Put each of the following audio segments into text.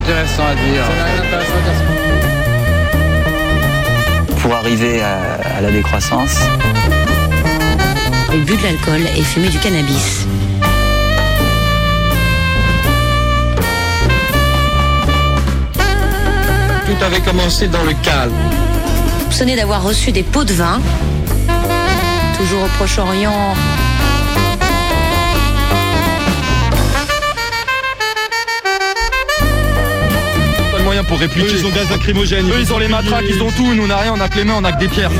Intéressant à dire. Ça n'a rien d'intéressant à dire. Pour arriver à la décroissance. Il but de l'alcool et fumait du cannabis. Tout avait commencé dans le calme. Soupçonné d'avoir reçu des pots de vin. Toujours au Proche-Orient. Pas de moyens pour répliquer. Eux, ils ont gaz lacrymogène. Eux, ils ont les matraques, ils ont tout. Nous, on n'a rien, on a que les mains, on a que des pierres.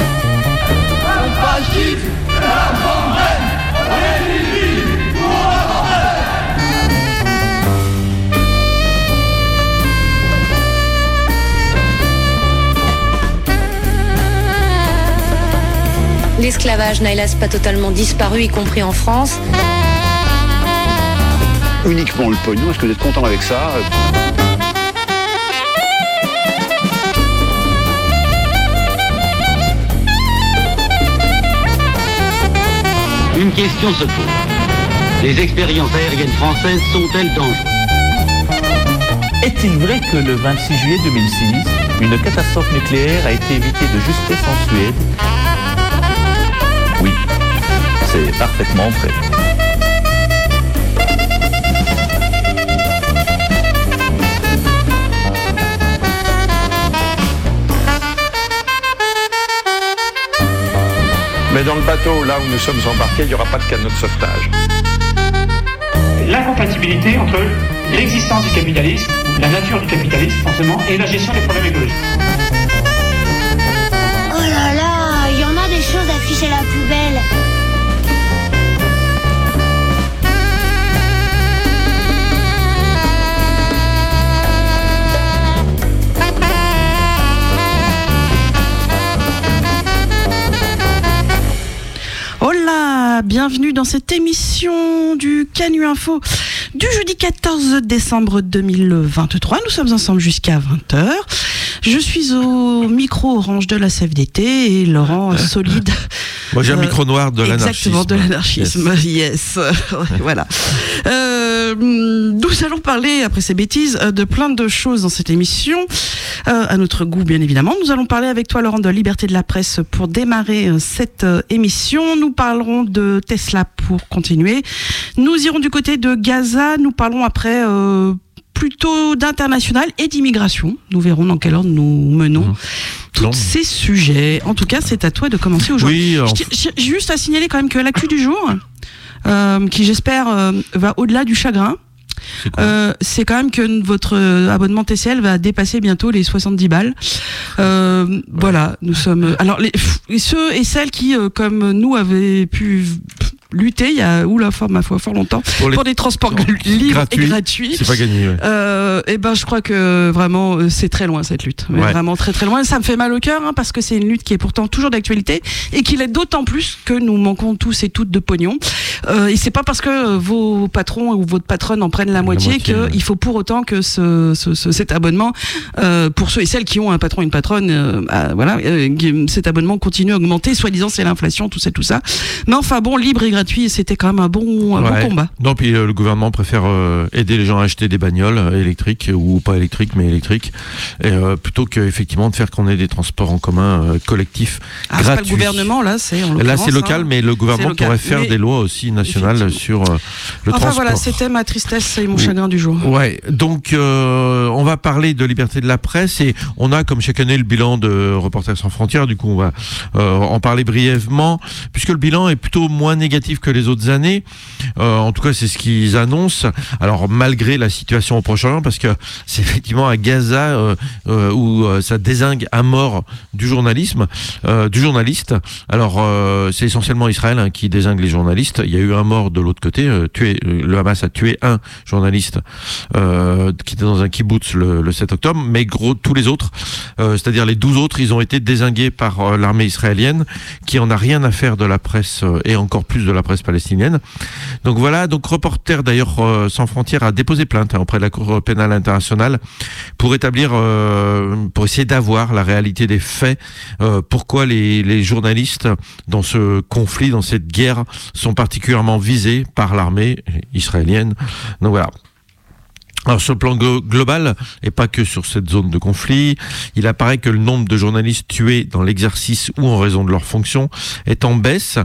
L'esclavage n'a hélas pas totalement disparu, y compris en France. Uniquement le pognon, est-ce que vous êtes content avec ça ? Une question se pose. Les expériences aériennes françaises sont-elles dangereuses ? Est-il vrai que le 26 juillet 2006, une catastrophe nucléaire a été évitée de justesse en Suède ? Oui, c'est parfaitement vrai. Mais dans le bateau, là où nous sommes embarqués, il n'y aura pas de canot de sauvetage. L'incompatibilité entre l'existence du capitalisme, la nature du capitalisme forcément, et la gestion des problèmes écologiques. Oh là là, il y en a des choses affichées à la poubelle. Bienvenue dans cette émission du Canu Info du jeudi 14 décembre 2023. Nous sommes ensemble jusqu'à 20h. Je suis au micro orange de la CFDT et Laurent solide. Moi j'ai un micro noir de l'anarchisme. Exactement, de l'anarchisme, yes. Voilà. Nous allons parler, après ces bêtises, de plein de choses dans cette émission, à notre goût bien évidemment. Nous allons parler avec toi Laurent de liberté de la presse pour démarrer cette émission. Nous parlerons de Tesla pour continuer. Nous irons du côté de Gaza. Nous parlerons après plutôt d'international et d'immigration. Nous verrons dans quel ordre nous menons tous ces sujets. En tout cas, c'est à toi de commencer aujourd'hui. Oui, j'ai juste à signaler quand même que l'actu du jour, qui j'espère va au-delà du chagrin, c'est quand même que votre abonnement TCL va dépasser bientôt les 70 balles. Voilà, nous sommes... Alors, ceux et celles qui, comme nous, avaient pu... lutter il y a fort longtemps pour des transports libres et gratuits. C'est pas gagné. Ouais. Et ben je crois que vraiment c'est très loin cette lutte. Ouais. Vraiment très très loin. Ça me fait mal au cœur parce que c'est une lutte qui est pourtant toujours d'actualité et qu'il est d'autant plus que nous manquons tous et toutes de pognon. Et c'est pas parce que vos patrons ou votre patronne en prennent la moitié qu'il faut pour autant que cet abonnement pour ceux et celles qui ont un patron et une patronne cet abonnement continue à augmenter, soi-disant c'est l'inflation, tout ça. Mais enfin bon, libre et gratuit, c'était quand même un bon combat. Non, puis le gouvernement préfère aider les gens à acheter des bagnoles électriques ou pas électriques mais électriques, et plutôt qu'effectivement de faire qu'on ait des transports en commun collectifs gratuits. C'est pas le gouvernement là, c'est en là c'est local, mais le gouvernement pourrait faire des lois aussi nationales sur le transport. Voilà, c'était ma tristesse et mon chagrin du jour. Ouais, donc on va parler de liberté de la presse et on a comme chaque année le bilan de Reporters sans frontières. Du coup, on va en parler brièvement puisque le bilan est plutôt moins négatif que les autres années. En tout cas, c'est ce qu'ils annoncent. Alors, malgré la situation au Proche-Orient, parce que c'est effectivement à Gaza où ça dézingue à mort du journaliste. Alors, c'est essentiellement Israël qui dézingue les journalistes. Il y a eu un mort de l'autre côté. Le Hamas a tué un journaliste qui était dans un kibbutz le 7 octobre. Mais tous les autres, c'est-à-dire les 12 autres, ils ont été dézingués par l'armée israélienne qui en a rien à faire de la presse et encore plus de la presse palestinienne. Donc voilà, Reporters d'ailleurs sans frontières a déposé plainte auprès de la Cour pénale internationale pour essayer d'avoir la réalité des faits, pourquoi les journalistes dans ce conflit, dans cette guerre, sont particulièrement visés par l'armée israélienne. Donc voilà. Alors sur le plan global, et pas que sur cette zone de conflit, il apparaît que le nombre de journalistes tués dans l'exercice ou en raison de leur fonction est en baisse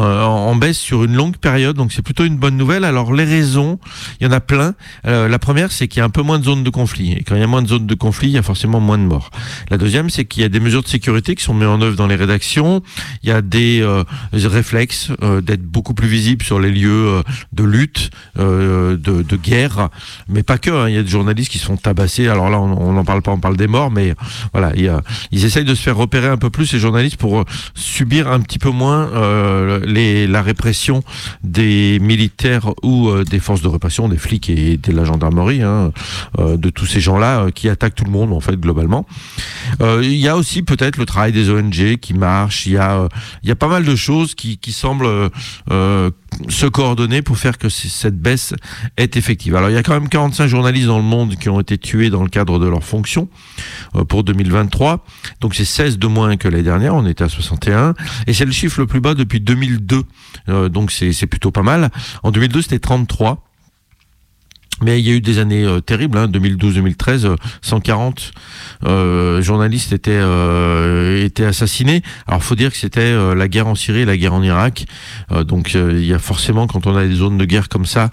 sur une longue période, donc c'est plutôt une bonne nouvelle. Alors les raisons, il y en a plein. La première, c'est qu'il y a un peu moins de zones de conflit, et quand il y a moins de zones de conflit, il y a forcément moins de morts. La deuxième, c'est qu'il y a des mesures de sécurité qui sont mises en œuvre dans les rédactions, il y a des réflexes d'être beaucoup plus visibles sur les lieux de lutte, de guerre, mais pas que. Il y a des journalistes qui se font tabasser. Alors là, on n'en parle pas, on parle des morts, mais voilà, ils essayent de se faire repérer un peu plus, ces journalistes, pour subir un petit peu moins la répression des militaires ou des forces de répression, des flics et de la gendarmerie, de tous ces gens-là qui attaquent tout le monde, en fait, globalement. Il y a aussi peut-être le travail des ONG qui marche. Il y a pas mal de choses qui semblent se coordonner pour faire que cette baisse est effective. Alors il y a quand même 45 journalistes dans le monde qui ont été tués dans le cadre de leur fonction pour 2023, donc c'est 16 de moins que l'année dernière, on était à 61, et c'est le chiffre le plus bas depuis 2002, donc c'est plutôt pas mal. En 2002 c'était 33. Mais il y a eu des années terribles, 2012-2013, 140 journalistes étaient assassinés. Alors, faut dire que c'était la guerre en Syrie et la guerre en Irak. Donc, il y a forcément, quand on a des zones de guerre comme ça,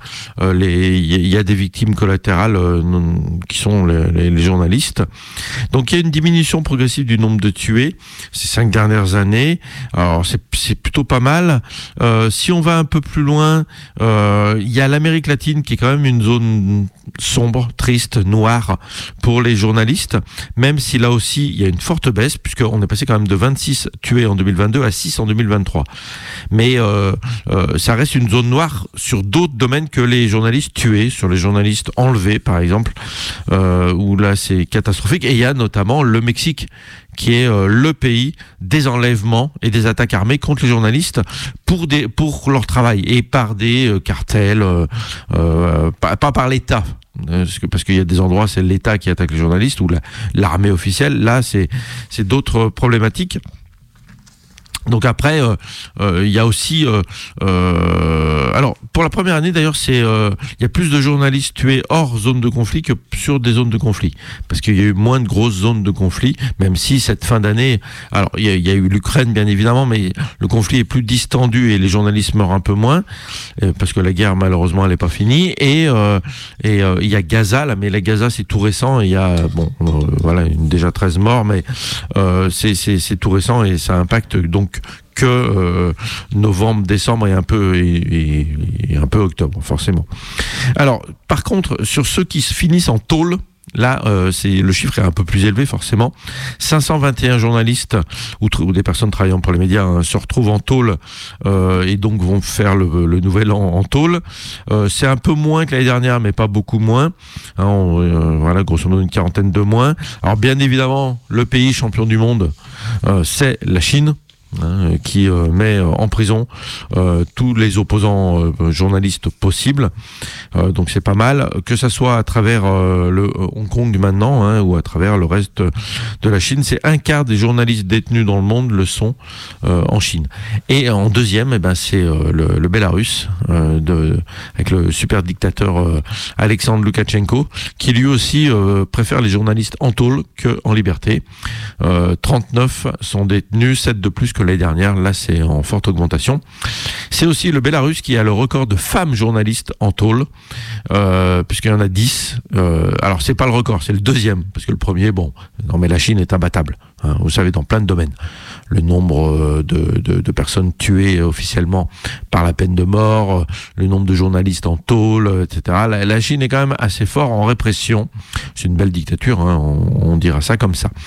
il y a des victimes collatérales qui sont les journalistes. Donc, il y a une diminution progressive du nombre de tués ces 5 dernières années. Alors, c'est plutôt pas mal. Si on va un peu plus loin, il y a l'Amérique latine qui est quand même une zone sombre, triste, noire pour les journalistes, même si là aussi il y a une forte baisse, puisqu'on est passé quand même de 26 tués en 2022 à 6 en 2023. Mais ça reste une zone noire sur d'autres domaines que les journalistes tués, sur les journalistes enlevés par exemple, où là c'est catastrophique. Et il y a notamment le Mexique, qui est le pays des enlèvements et des attaques armées contre les journalistes pour leur travail, et par des cartels, pas par l'État. Parce qu'il y a des endroits, c'est l'État qui attaque les journalistes, ou l'armée officielle. Là, c'est d'autres problématiques. Donc après, il y a aussi... alors, pour la première année, d'ailleurs, il y a plus de journalistes tués hors zone de conflit que sur des zones de conflit. Parce qu'il y a eu moins de grosses zones de conflit, même si cette fin d'année... Alors, il y a eu l'Ukraine, bien évidemment, mais le conflit est plus distendu et les journalistes meurent un peu moins, parce que la guerre, malheureusement, elle n'est pas finie. Et il y a Gaza, là, mais la Gaza, c'est tout récent. Il y a, voilà, déjà 13 morts, mais c'est tout récent et ça impacte donc que novembre, décembre et un peu octobre, forcément. Alors, par contre, sur ceux qui se finissent en tôle, là, le chiffre est un peu plus élevé, forcément. 521 journalistes ou des personnes travaillant pour les médias se retrouvent en tôle et donc vont faire le nouvel an en tôle. C'est un peu moins que l'année dernière, mais pas beaucoup moins. Voilà, grosso modo une quarantaine de moins. Alors, bien évidemment, le pays champion du monde, c'est la Chine. Qui met en prison tous les opposants journalistes possibles, donc c'est pas mal, que ça soit à travers le Hong Kong maintenant, ou à travers le reste de la Chine. C'est un quart des journalistes détenus dans le monde le sont en Chine. Et en deuxième, c'est le Bélarus, avec le super dictateur Alexandre Loukachenko, qui lui aussi préfère les journalistes en tôle qu'en liberté. 39 sont détenus, 7 de plus que l'année dernière. Là, c'est en forte augmentation. C'est aussi le Bélarus qui a le record de femmes journalistes en tôle, puisqu'il y en a 10. Alors, c'est pas le record, c'est le deuxième, parce que le premier, mais la Chine est imbattable. Vous savez, dans plein de domaines. Le nombre de personnes tuées officiellement par la peine de mort, le nombre de journalistes en tôle, etc. La Chine est quand même assez fort en répression. C'est une belle dictature, on dira ça comme ça.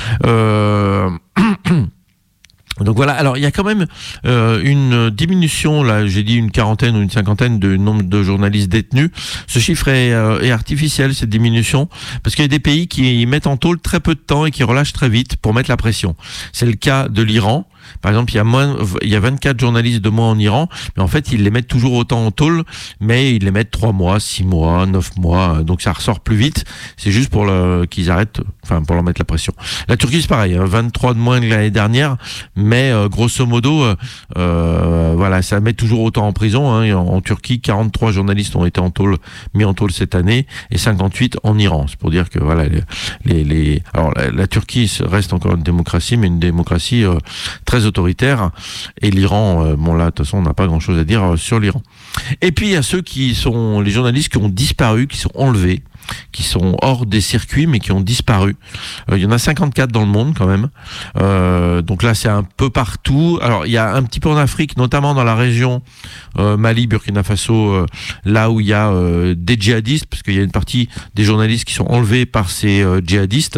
Donc voilà, alors il y a quand même une diminution, là j'ai dit une quarantaine ou une cinquantaine de nombre de journalistes détenus. Ce chiffre est artificiel, cette diminution, parce qu'il y a des pays qui mettent en tôle très peu de temps et qui relâchent très vite pour mettre la pression. C'est le cas de l'Iran, Par exemple, il y a 24 journalistes de moins en Iran, mais en fait, ils les mettent toujours autant en tôle, mais ils les mettent 3 mois, 6 mois, 9 mois, donc ça ressort plus vite. C'est juste pour qu'ils arrêtent, pour leur mettre la pression. La Turquie, c'est pareil, 23 de moins que l'année dernière, mais grosso modo, ça met toujours autant en prison. En Turquie, 43 journalistes ont été mis en tôle cette année, et 58 en Iran. C'est pour dire que la Turquie reste encore une démocratie, mais une démocratie très autoritaire. Et l'Iran, là, de toute façon, on n'a pas grand-chose à dire sur l'Iran. Et puis, il y a ceux qui sont les journalistes qui ont disparu, qui sont enlevés, qui sont hors des circuits, mais qui ont disparu. Il y en a 54 dans le monde, quand même. Donc là, c'est un peu partout. Alors, il y a un petit peu en Afrique, notamment dans la région Mali, Burkina Faso, là où il y a des djihadistes, parce qu'il y a une partie des journalistes qui sont enlevés par ces djihadistes.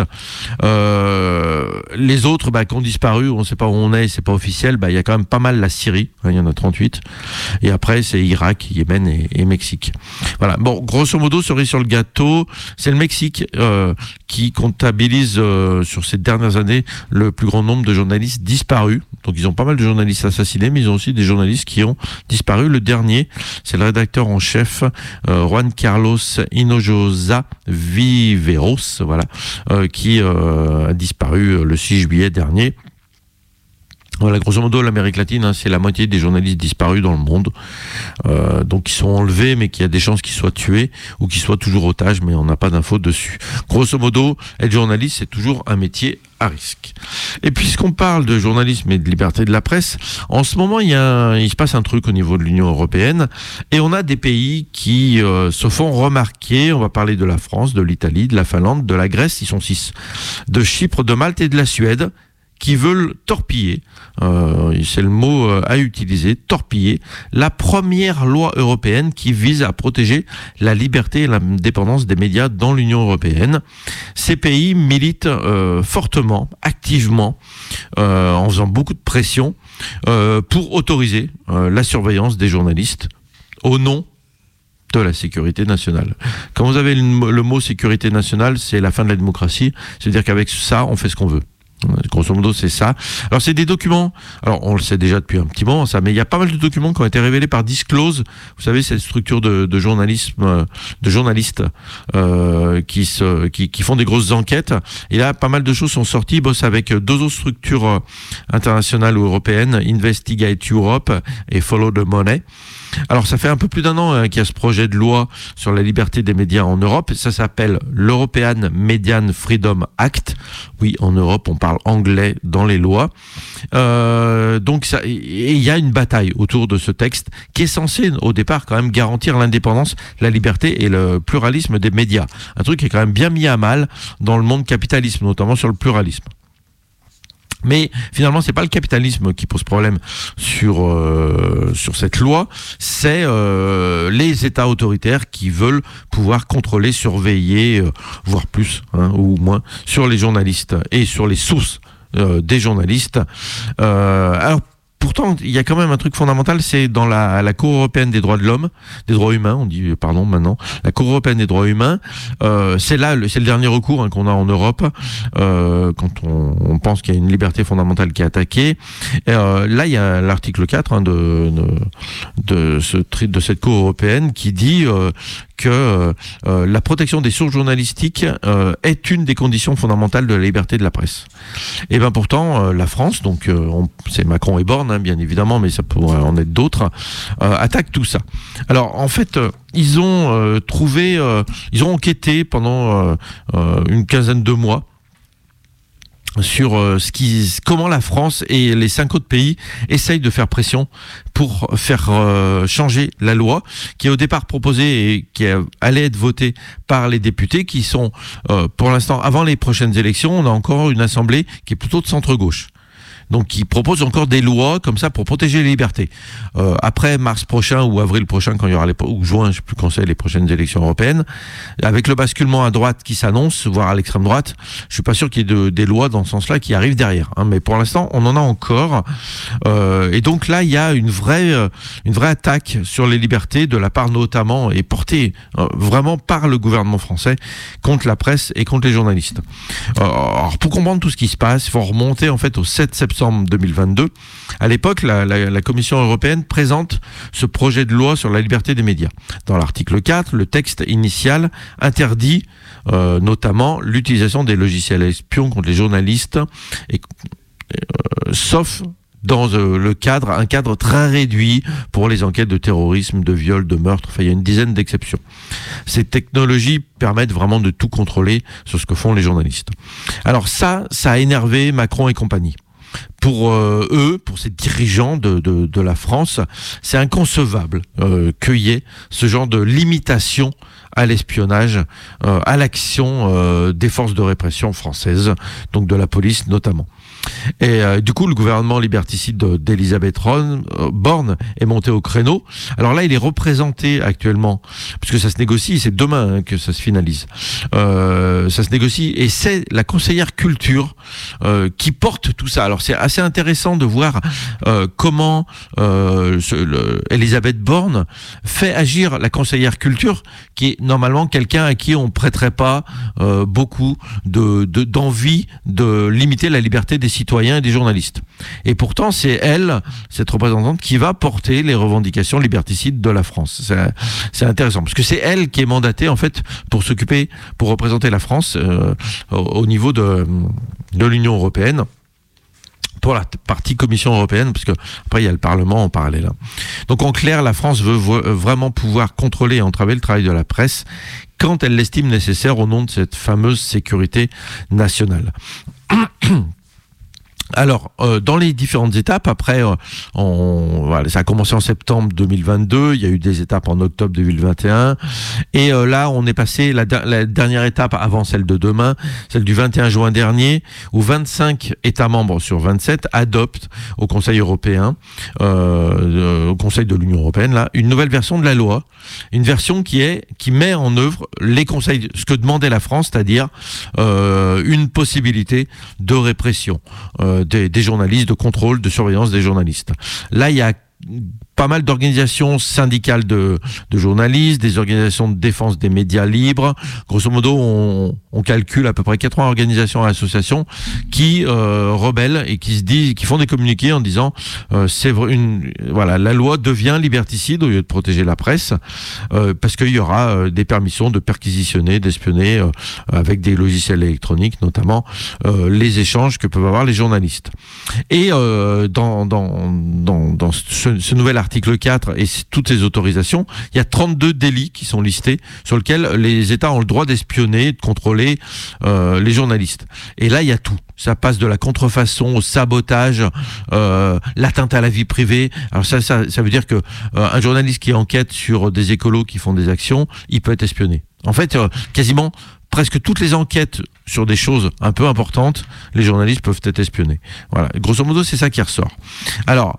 Les autres, qui ont disparu, on ne sait pas où on est, c'est pas officiel. Il y a quand même pas mal la Syrie, il y en a 38. Et après, c'est Irak, Yémen et Mexique. Voilà. Bon, grosso modo, cerise sur le gâteau, c'est le Mexique qui comptabilise sur ces dernières années le plus grand nombre de journalistes disparus. Donc ils ont pas mal de journalistes assassinés, mais ils ont aussi des journalistes qui ont disparu. Le dernier, c'est le rédacteur en chef Juan Carlos Hinojosa Viveros, qui a disparu le 6 juillet dernier. Voilà, grosso modo, l'Amérique latine, c'est la moitié des journalistes disparus dans le monde. Donc, ils sont enlevés, mais qu'il y a des chances qu'ils soient tués ou qu'ils soient toujours otages, mais on n'a pas d'infos dessus. Grosso modo, être journaliste, c'est toujours un métier à risque. Et puisqu'on parle de journalisme et de liberté de la presse, en ce moment, il se passe un truc au niveau de l'Union européenne, et on a des pays qui se font remarquer. On va parler de la France, de l'Italie, de la Finlande, de la Grèce, ils sont 6, de Chypre, de Malte et de la Suède, qui veulent torpiller, c'est le mot à utiliser, torpiller la première loi européenne qui vise à protéger la liberté et l'indépendance des médias dans l'Union européenne. Ces pays militent fortement, activement, en faisant beaucoup de pression pour autoriser la surveillance des journalistes au nom de la sécurité nationale. Quand vous avez le mot sécurité nationale, c'est la fin de la démocratie, c'est-à-dire qu'avec ça, on fait ce qu'on veut. Grosso modo, c'est ça. Alors, c'est des documents. Alors, on le sait déjà depuis un petit moment, ça, mais il y a pas mal de documents qui ont été révélés par Disclose. Vous savez, cette structure de journalisme, de journalistes qui font des grosses enquêtes. Et là, pas mal de choses sont sorties. Ils bossent avec 2 autres structures internationales ou européennes, Investigate Europe et Follow the Money. Alors, ça fait un peu plus d'1 an qu'il y a ce projet de loi sur la liberté des médias en Europe. Ça s'appelle l'European Media Freedom Act. Oui, en Europe, on parle anglais dans les lois. Donc, il y a une bataille autour de ce texte qui est censé, au départ, quand même garantir l'indépendance, la liberté et le pluralisme des médias. Un truc qui est quand même bien mis à mal dans le monde capitaliste, notamment sur le pluralisme. Mais finalement, c'est pas le capitalisme qui pose problème sur cette loi, c'est les États autoritaires qui veulent pouvoir contrôler, surveiller, voire plus ou moins, sur les journalistes et sur les sources des journalistes. Alors, pourtant, il y a quand même un truc fondamental, c'est dans la Cour européenne des droits de l'homme, des droits humains, on dit, pardon, maintenant, la Cour européenne des droits humains, c'est le dernier recours qu'on a en Europe, quand on pense qu'il y a une liberté fondamentale qui est attaquée. Là, il y a l'article 4 de cette Cour européenne qui dit que la protection des sources journalistiques est une des conditions fondamentales de la liberté de la presse. Et bien pourtant, la France, donc c'est Macron et Borne, bien évidemment, mais ça pourrait en être d'autres, attaquent tout ça. Alors en fait, ils ont enquêté pendant une quinzaine de mois sur comment la France et les 5 autres pays essayent de faire pression pour faire changer la loi qui est au départ proposée et qui allait être votée par les députés qui sont, pour l'instant, avant les prochaines élections, on a encore une assemblée qui est plutôt de centre-gauche. Donc, qui propose encore des lois comme ça pour protéger les libertés. Après mars prochain ou avril prochain, quand il y aura ou juin, je sais plus quand c'est, les prochaines élections européennes, avec le basculement à droite qui s'annonce, voire à l'extrême droite, je suis pas sûr qu'il y ait des lois dans ce sens-là qui arrivent derrière. Mais pour l'instant, on en a encore. Et donc là, il y a une vraie attaque sur les libertés de la part notamment et portée vraiment par le gouvernement français contre la presse et contre les journalistes. Alors, pour comprendre tout ce qui se passe, il faut remonter en fait au 7 septembre septembre 2022. À l'époque, la Commission européenne présente ce projet de loi sur la liberté des médias. Dans l'article 4, le texte initial interdit notamment l'utilisation des logiciels espions contre les journalistes, sauf dans un cadre très réduit pour les enquêtes de terrorisme, de viol, de meurtre. Enfin, il y a une dizaine d'exceptions. Ces technologies permettent vraiment de tout contrôler sur ce que font les journalistes. Alors ça a énervé Macron et compagnie. Pour eux, pour ces dirigeants de la France, c'est inconcevable qu'il y ait ce genre de limitation à l'espionnage, à l'action des forces de répression françaises, donc de la police notamment. Et du coup, le gouvernement liberticide d'Elisabeth Borne est monté au créneau. Alors là, il est représenté actuellement, puisque ça se négocie, c'est demain que ça se finalise. Ça se négocie, et c'est la conseillère culture qui porte tout ça. Alors c'est assez intéressant de voir comment Elisabeth Borne fait agir la conseillère culture, qui est normalement quelqu'un à qui on prêterait pas beaucoup d'envie de limiter la liberté des citoyens et des journalistes. Et pourtant, c'est elle, cette représentante, qui va porter les revendications liberticides de la France. C'est intéressant, parce que c'est elle qui est mandatée, en fait, pour représenter la France au niveau de l'Union européenne, pour la partie Commission européenne, parce que après il y a le Parlement en parallèle. Donc en clair, la France veut vraiment pouvoir contrôler et entraver le travail de la presse quand elle l'estime nécessaire au nom de cette fameuse sécurité nationale. Alors, dans les différentes étapes, après, ça a commencé en septembre 2022, il y a eu des étapes en octobre 2021, et là, on est passé la dernière étape avant celle de demain, celle du 21 juin dernier, où 25 États membres sur 27 adoptent au Conseil européen, au Conseil de l'Union européenne, là, une nouvelle version de la loi, une version qui met en œuvre les conseils, ce que demandait la France, c'est-à-dire une possibilité de répression des journalistes, de contrôle, de surveillance des journalistes. Là, il y a pas mal d'organisations syndicales de journalistes, des organisations de défense des médias libres. Grosso modo, on calcule à peu près 80 organisations et associations qui rebellent et qui font des communiqués en disant la loi devient liberticide au lieu de protéger la presse, parce qu'il y aura des permissions de perquisitionner, d'espionner avec des logiciels électroniques, notamment les échanges que peuvent avoir les journalistes. Et dans ce nouvel article 4 et toutes ces autorisations, il y a 32 délits qui sont listés sur lesquels les États ont le droit d'espionner, de contrôler les journalistes. Et là, il y a tout. Ça passe de la contrefaçon au sabotage, l'atteinte à la vie privée. Alors ça veut dire que un journaliste qui enquête sur des écolos qui font des actions, il peut être espionné. En fait, quasiment presque toutes les enquêtes sur des choses un peu importantes, les journalistes peuvent être espionnés. Voilà. Grosso modo, c'est ça qui ressort. Alors,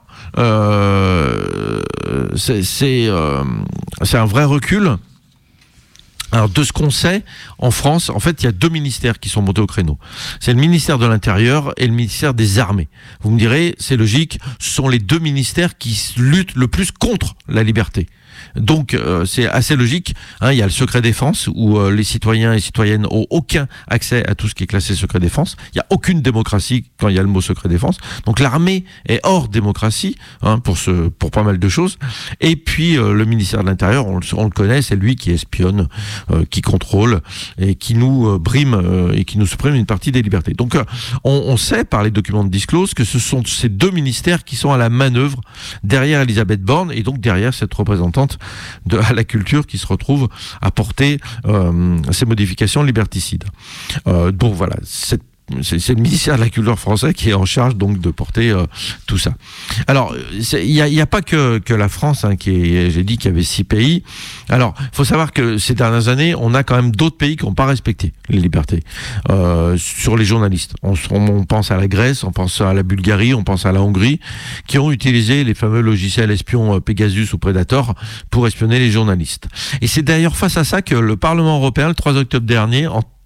c'est un vrai recul. Alors, de ce qu'on sait, en France, en fait, il y a deux ministères qui sont montés au créneau. C'est le ministère de l'Intérieur et le ministère des Armées. Vous me direz, c'est logique, ce sont les deux ministères qui luttent le plus contre la liberté. Donc c'est assez logique, il y a le secret défense où les citoyens et citoyennes n'ont aucun accès à tout ce qui est classé secret défense. Il n'y a aucune démocratie quand il y a le mot secret défense. Donc l'armée est hors démocratie pour pas mal de choses. Et puis le ministère de l'Intérieur, on le connaît, c'est lui qui espionne, qui contrôle et qui nous brime et qui nous supprime une partie des libertés. Donc on sait par les documents de disclose que ce sont ces deux ministères qui sont à la manœuvre derrière Elisabeth Borne et donc derrière cette représentante à la culture qui se retrouve à porter ces modifications liberticides. Donc voilà, c'est le ministère de la Culture français qui est en charge donc de porter tout ça. Alors, il y a pas que la France j'ai dit qu'il y avait 6 pays. Alors, il faut savoir que ces dernières années, on a quand même d'autres pays qui n'ont pas respecté les libertés sur les journalistes. On pense à la Grèce, on pense à la Bulgarie, on pense à la Hongrie, qui ont utilisé les fameux logiciels espions Pegasus ou Predator pour espionner les journalistes. Et c'est d'ailleurs face à ça que le Parlement européen, le 3 octobre dernier,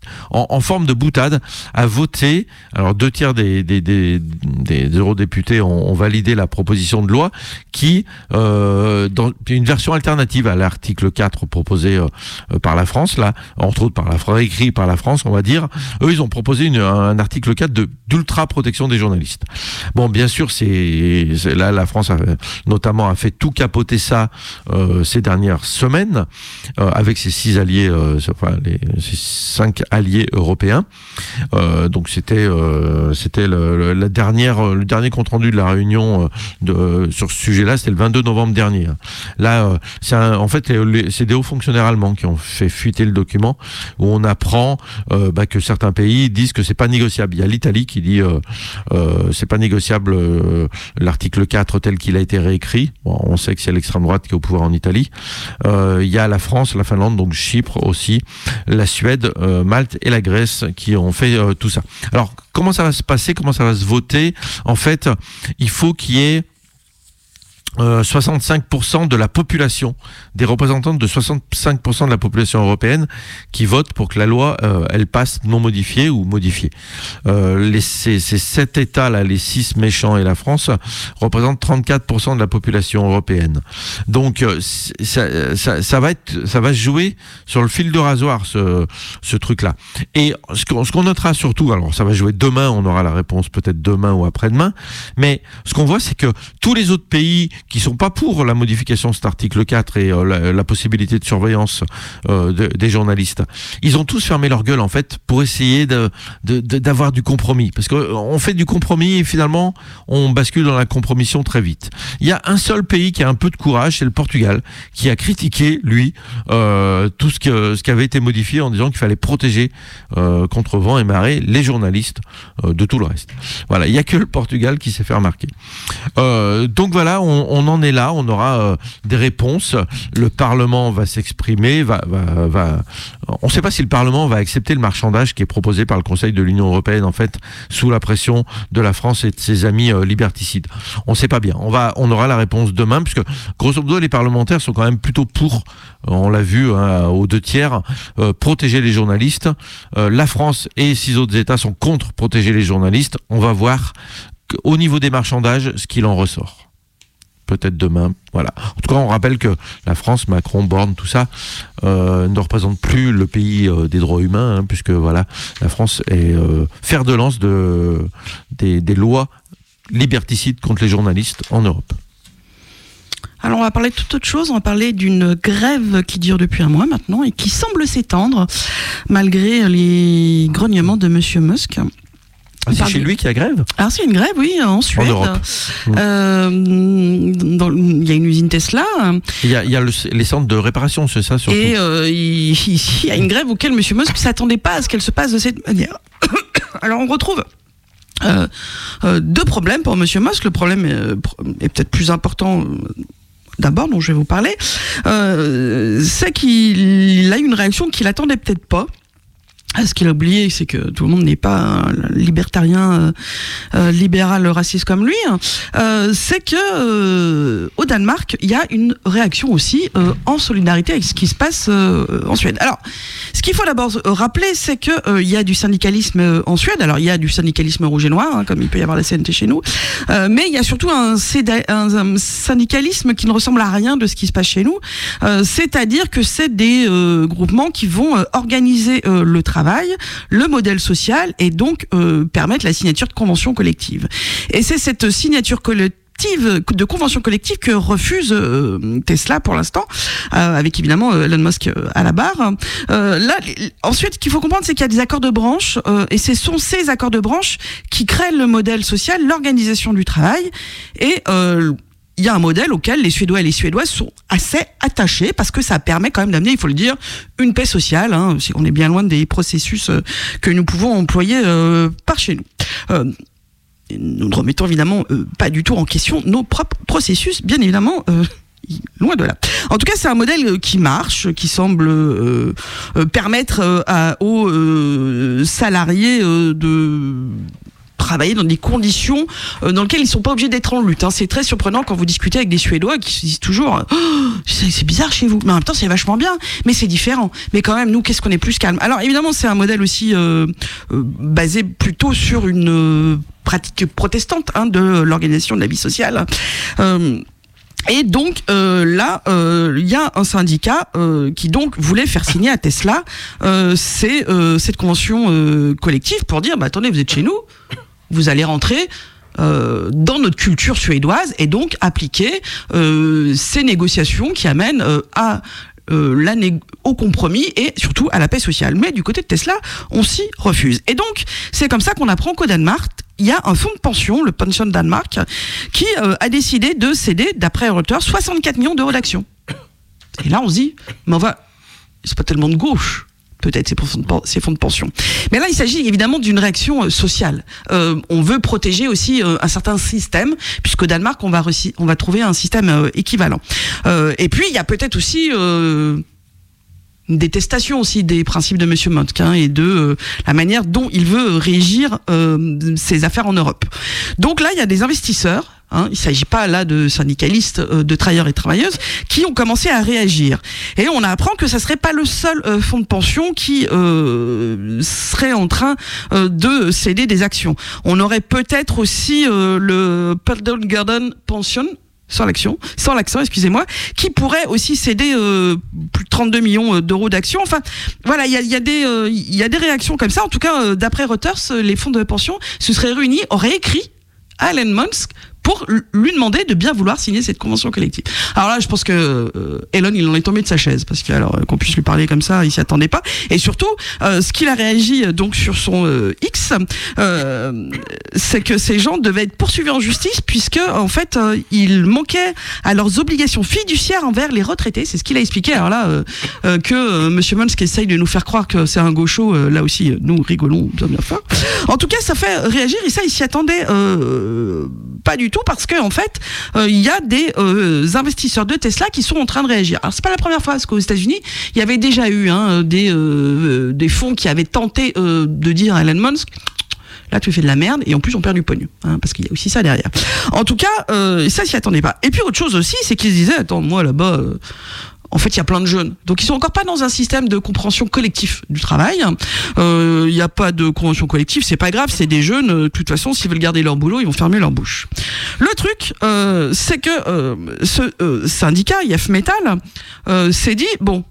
en forme de boutade, a voté. Alors 2/3 des eurodéputés ont validé la proposition de loi qui, dans une version alternative à l'article 4 proposé par la France, là, entre autres réécrit par la France, on va dire, eux ils ont proposé un article 4 d'ultra protection des journalistes. Bon, bien sûr, c'est là la France notamment a fait tout capoter ça ces dernières semaines avec ses 6 alliés, ses 5 alliés européens. Donc c'était le dernier compte rendu de la réunion sur ce sujet-là, c'était le 22 novembre dernier. Là, en fait, c'est des hauts fonctionnaires allemands qui ont fait fuiter le document où on apprend que certains pays disent que c'est pas négociable. Il y a l'Italie qui dit c'est pas négociable l'article 4 tel qu'il a été réécrit. Bon, on sait que c'est l'extrême droite qui est au pouvoir en Italie. Il y a la France, la Finlande, donc Chypre aussi, la Suède, Malte et la Grèce qui ont fait tout ça. Alors, comment ça va se passer? Comment ça va se voter? En fait, il faut qu'il y ait 65% de la population, des représentants de 65% de la population européenne qui votent pour que la loi elle passe non modifiée ou modifiée. Ces 7 États là, les 6 méchants et la France représentent 34% de la population européenne. Donc ça va se jouer sur le fil de rasoir ce truc là. Et ce qu'on notera surtout, alors ça va jouer demain, on aura la réponse peut-être demain ou après-demain, mais ce qu'on voit c'est que tous les autres pays qui sont pas pour la modification de cet article 4 et la possibilité de surveillance des journalistes. Ils ont tous fermé leur gueule en fait pour essayer d'avoir du compromis, parce qu'on fait du compromis et finalement on bascule dans la compromission très vite. Il y a un seul pays qui a un peu de courage, c'est le Portugal, qui a critiqué lui tout ce qui avait été modifié en disant qu'il fallait protéger contre vent et marée les journalistes de tout le reste. Voilà, il y a que le Portugal qui s'est fait remarquer. Donc voilà, on en est là, on aura des réponses. Le Parlement va s'exprimer, on ne sait pas si le Parlement va accepter le marchandage qui est proposé par le Conseil de l'Union européenne, en fait, sous la pression de la France et de ses amis liberticides. On ne sait pas bien. On aura la réponse demain, puisque grosso modo, les parlementaires sont quand même plutôt pour, on l'a vu aux 2/3, protéger les journalistes. La France et 6 autres États sont contre protéger les journalistes. On va voir au niveau des marchandages ce qu'il en ressort. Peut-être demain, voilà. En tout cas, on rappelle que la France, Macron, Borne, tout ça, ne représente plus le pays des droits humains, hein, puisque voilà, la France est fer de lance des lois liberticides contre les journalistes en Europe. Alors on va parler de toute autre chose, on va parler d'une grève qui dure depuis un mois maintenant et qui semble s'étendre malgré les grognements de Monsieur Musk. C'est chez lui qu'il y a grève? Alors c'est une grève, oui, en Suède. En Europe. Il y a une usine Tesla. Il y a les centres de réparation, c'est ça surtout. Et il y a une grève auquel M. Musk ne s'attendait pas à ce qu'elle se passe de cette manière. Alors on retrouve 2 problèmes pour M. Musk. Le problème est peut-être plus important d'abord, dont je vais vous parler. C'est qu'il a eu une réaction qu'il attendait peut-être pas. Ce qu'il a oublié, c'est que tout le monde n'est pas un libertarien, libéral, raciste comme lui. C'est que au Danemark, il y a une réaction aussi en solidarité avec ce qui se passe en Suède. Alors, ce qu'il faut d'abord rappeler, c'est que il y a du syndicalisme en Suède. Alors, il y a du syndicalisme rouge et noir, hein, comme il peut y avoir la CNT chez nous, mais il y a surtout un syndicalisme qui ne ressemble à rien de ce qui se passe chez nous. C'est-à-dire que c'est des groupements qui vont organiser le travail, le modèle social et donc permettre la signature de conventions collectives. Et c'est cette signature de convention collective que refuse Tesla pour l'instant, avec évidemment Elon Musk à la barre. Ensuite, ce qu'il faut comprendre, c'est qu'il y a des accords de branche, et ce sont ces accords de branche qui créent le modèle social, l'organisation du travail, et il y a un modèle auquel les Suédois et les Suédoises sont assez attachés parce que ça permet quand même d'amener, il faut le dire, une paix sociale. Hein. On est bien loin des processus que nous pouvons employer par chez nous. Nous ne remettons évidemment pas du tout en question nos propres processus, bien évidemment. Loin de là. En tout cas, c'est un modèle qui marche, qui semble permettre aux salariés de travailler dans des conditions dans lesquelles ils sont pas obligés d'être en lutte. C'est très surprenant quand vous discutez avec des Suédois qui se disent toujours c'est bizarre chez vous, mais en même temps c'est vachement bien, mais c'est différent. Mais quand même, nous, qu'est-ce qu'on est plus calme. Alors évidemment, c'est un modèle aussi basé plutôt sur une pratique protestante de l'organisation de la vie sociale. Et donc là, il y a un syndicat qui donc voulait faire signer à Tesla cette convention collective pour dire attendez, vous êtes chez nous, vous allez rentrer dans notre culture suédoise et donc appliquer ces négociations qui amènent au compromis et surtout à la paix sociale. Mais du côté de Tesla, on s'y refuse. Et donc, c'est comme ça qu'on apprend qu'au Danemark, il y a un fonds de pension, le Pension Danemark, qui a décidé de céder, d'après Reuters, 64 millions d'euros d'actions. Et là, on se dit, mais c'est pas tellement de gauche, peut-être, ces fonds de pension. Mais là, il s'agit évidemment d'une réaction sociale. On veut protéger aussi un certain système, puisqu'au Danemark, on va trouver un système équivalent. Et puis, il y a peut-être aussi une détestation aussi des principes de Monsieur Musk et de la manière dont il veut régir ses affaires en Europe. Donc là, il y a des investisseurs. Il ne s'agit pas là de syndicalistes, de travailleurs et travailleuses qui ont commencé à réagir. Et on apprend que ça serait pas le seul fonds de pension qui serait en train de céder des actions. On aurait peut-être aussi le Pension Pension. Sans l'accent, excusez-moi, qui pourrait aussi céder plus de 32 millions d'euros d'actions. Enfin, voilà, il y a des réactions comme ça. En tout cas, d'après Reuters, les fonds de pension se seraient réunis, auraient écrit à Elon Musk pour lui demander de bien vouloir signer cette convention collective. Alors là, je pense que Elon, il en est tombé de sa chaise, parce que alors qu'on puisse lui parler comme ça, il s'y attendait pas. Et surtout, ce qu'il a réagi donc sur son X, c'est que ces gens devaient être poursuivis en justice, puisque en fait, ils manquaient à leurs obligations fiduciaires envers les retraités. C'est ce qu'il a expliqué. Alors là, que Monsieur Musk essaye de nous faire croire que c'est un gaucho, là aussi, nous rigolons bien fort. En tout cas, ça fait réagir, et ça, il s'y attendait pas du tout, parce que en fait, il y a des investisseurs de Tesla qui sont en train de réagir. Alors c'est pas la première fois, parce qu'aux États-Unis, il y avait déjà eu des fonds qui avaient tenté de dire à Elon Musk, là tu fais de la merde, et en plus on perd du pognon, parce qu'il y a aussi ça derrière. En tout cas, ça s'y attendait pas. Et puis autre chose aussi, c'est qu'ils se disaient, attends, moi là-bas, en fait, il y a plein de jeunes. Donc, ils sont encore pas dans un système de compréhension collective du travail. Il n'y a pas de convention collective, c'est pas grave, c'est des jeunes. De toute façon, s'ils veulent garder leur boulot, ils vont fermer leur bouche. Le truc, c'est que ce syndicat, IF Metal, s'est dit, bon,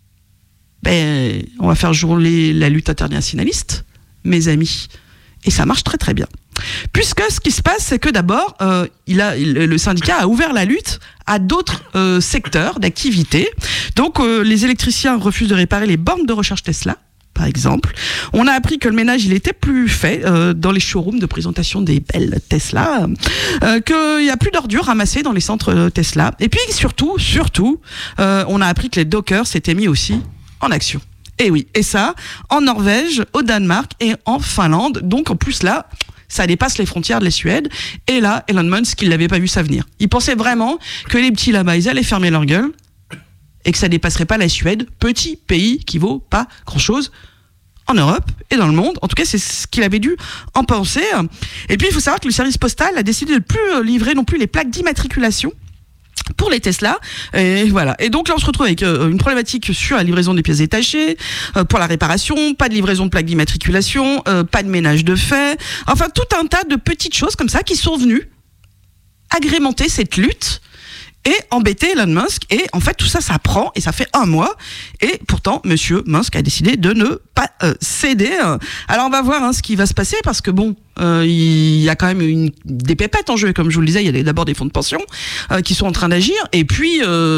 on va faire jouer la lutte internationaliste, mes amis. Et ça marche très très bien. Puisque ce qui se passe, c'est que d'abord, le syndicat a ouvert la lutte à d'autres secteurs d'activité. Donc, les électriciens refusent de réparer les bornes de recharge Tesla, par exemple. On a appris que le ménage, il était plus fait dans les showrooms de présentation des belles Tesla, qu'il y a plus d'ordures ramassées dans les centres Tesla. Et puis, surtout, on a appris que les dockers s'étaient mis aussi en action. Et oui, et ça, en Norvège, au Danemark et en Finlande. Donc, en plus, là, ça dépasse les frontières de la Suède. Et là, Elon Musk, il l'avait pas vu ça venir. Il pensait vraiment que les petits là-bas, ils allaient fermer leur gueule et que ça dépasserait pas la Suède, petit pays qui vaut pas grand-chose en Europe et dans le monde. En tout cas, c'est ce qu'il avait dû en penser. Et puis, il faut savoir que le service postal a décidé de ne plus livrer non plus les plaques d'immatriculation pour les Tesla, et voilà. Et donc là, on se retrouve avec une problématique sur la livraison des pièces détachées, pour la réparation, pas de livraison de plaques d'immatriculation, pas de ménage de fait, enfin tout un tas de petites choses comme ça qui sont venues agrémenter cette lutte et embêter Elon Musk. Et en fait, tout ça, ça prend, et ça fait 1 mois. Et pourtant, Monsieur Musk a décidé de ne pas céder. Alors, on va voir ce qui va se passer, parce que bon, il y a quand même des pépettes en jeu. Comme je vous le disais, il y a d'abord des fonds de pension qui sont en train d'agir. Et puis,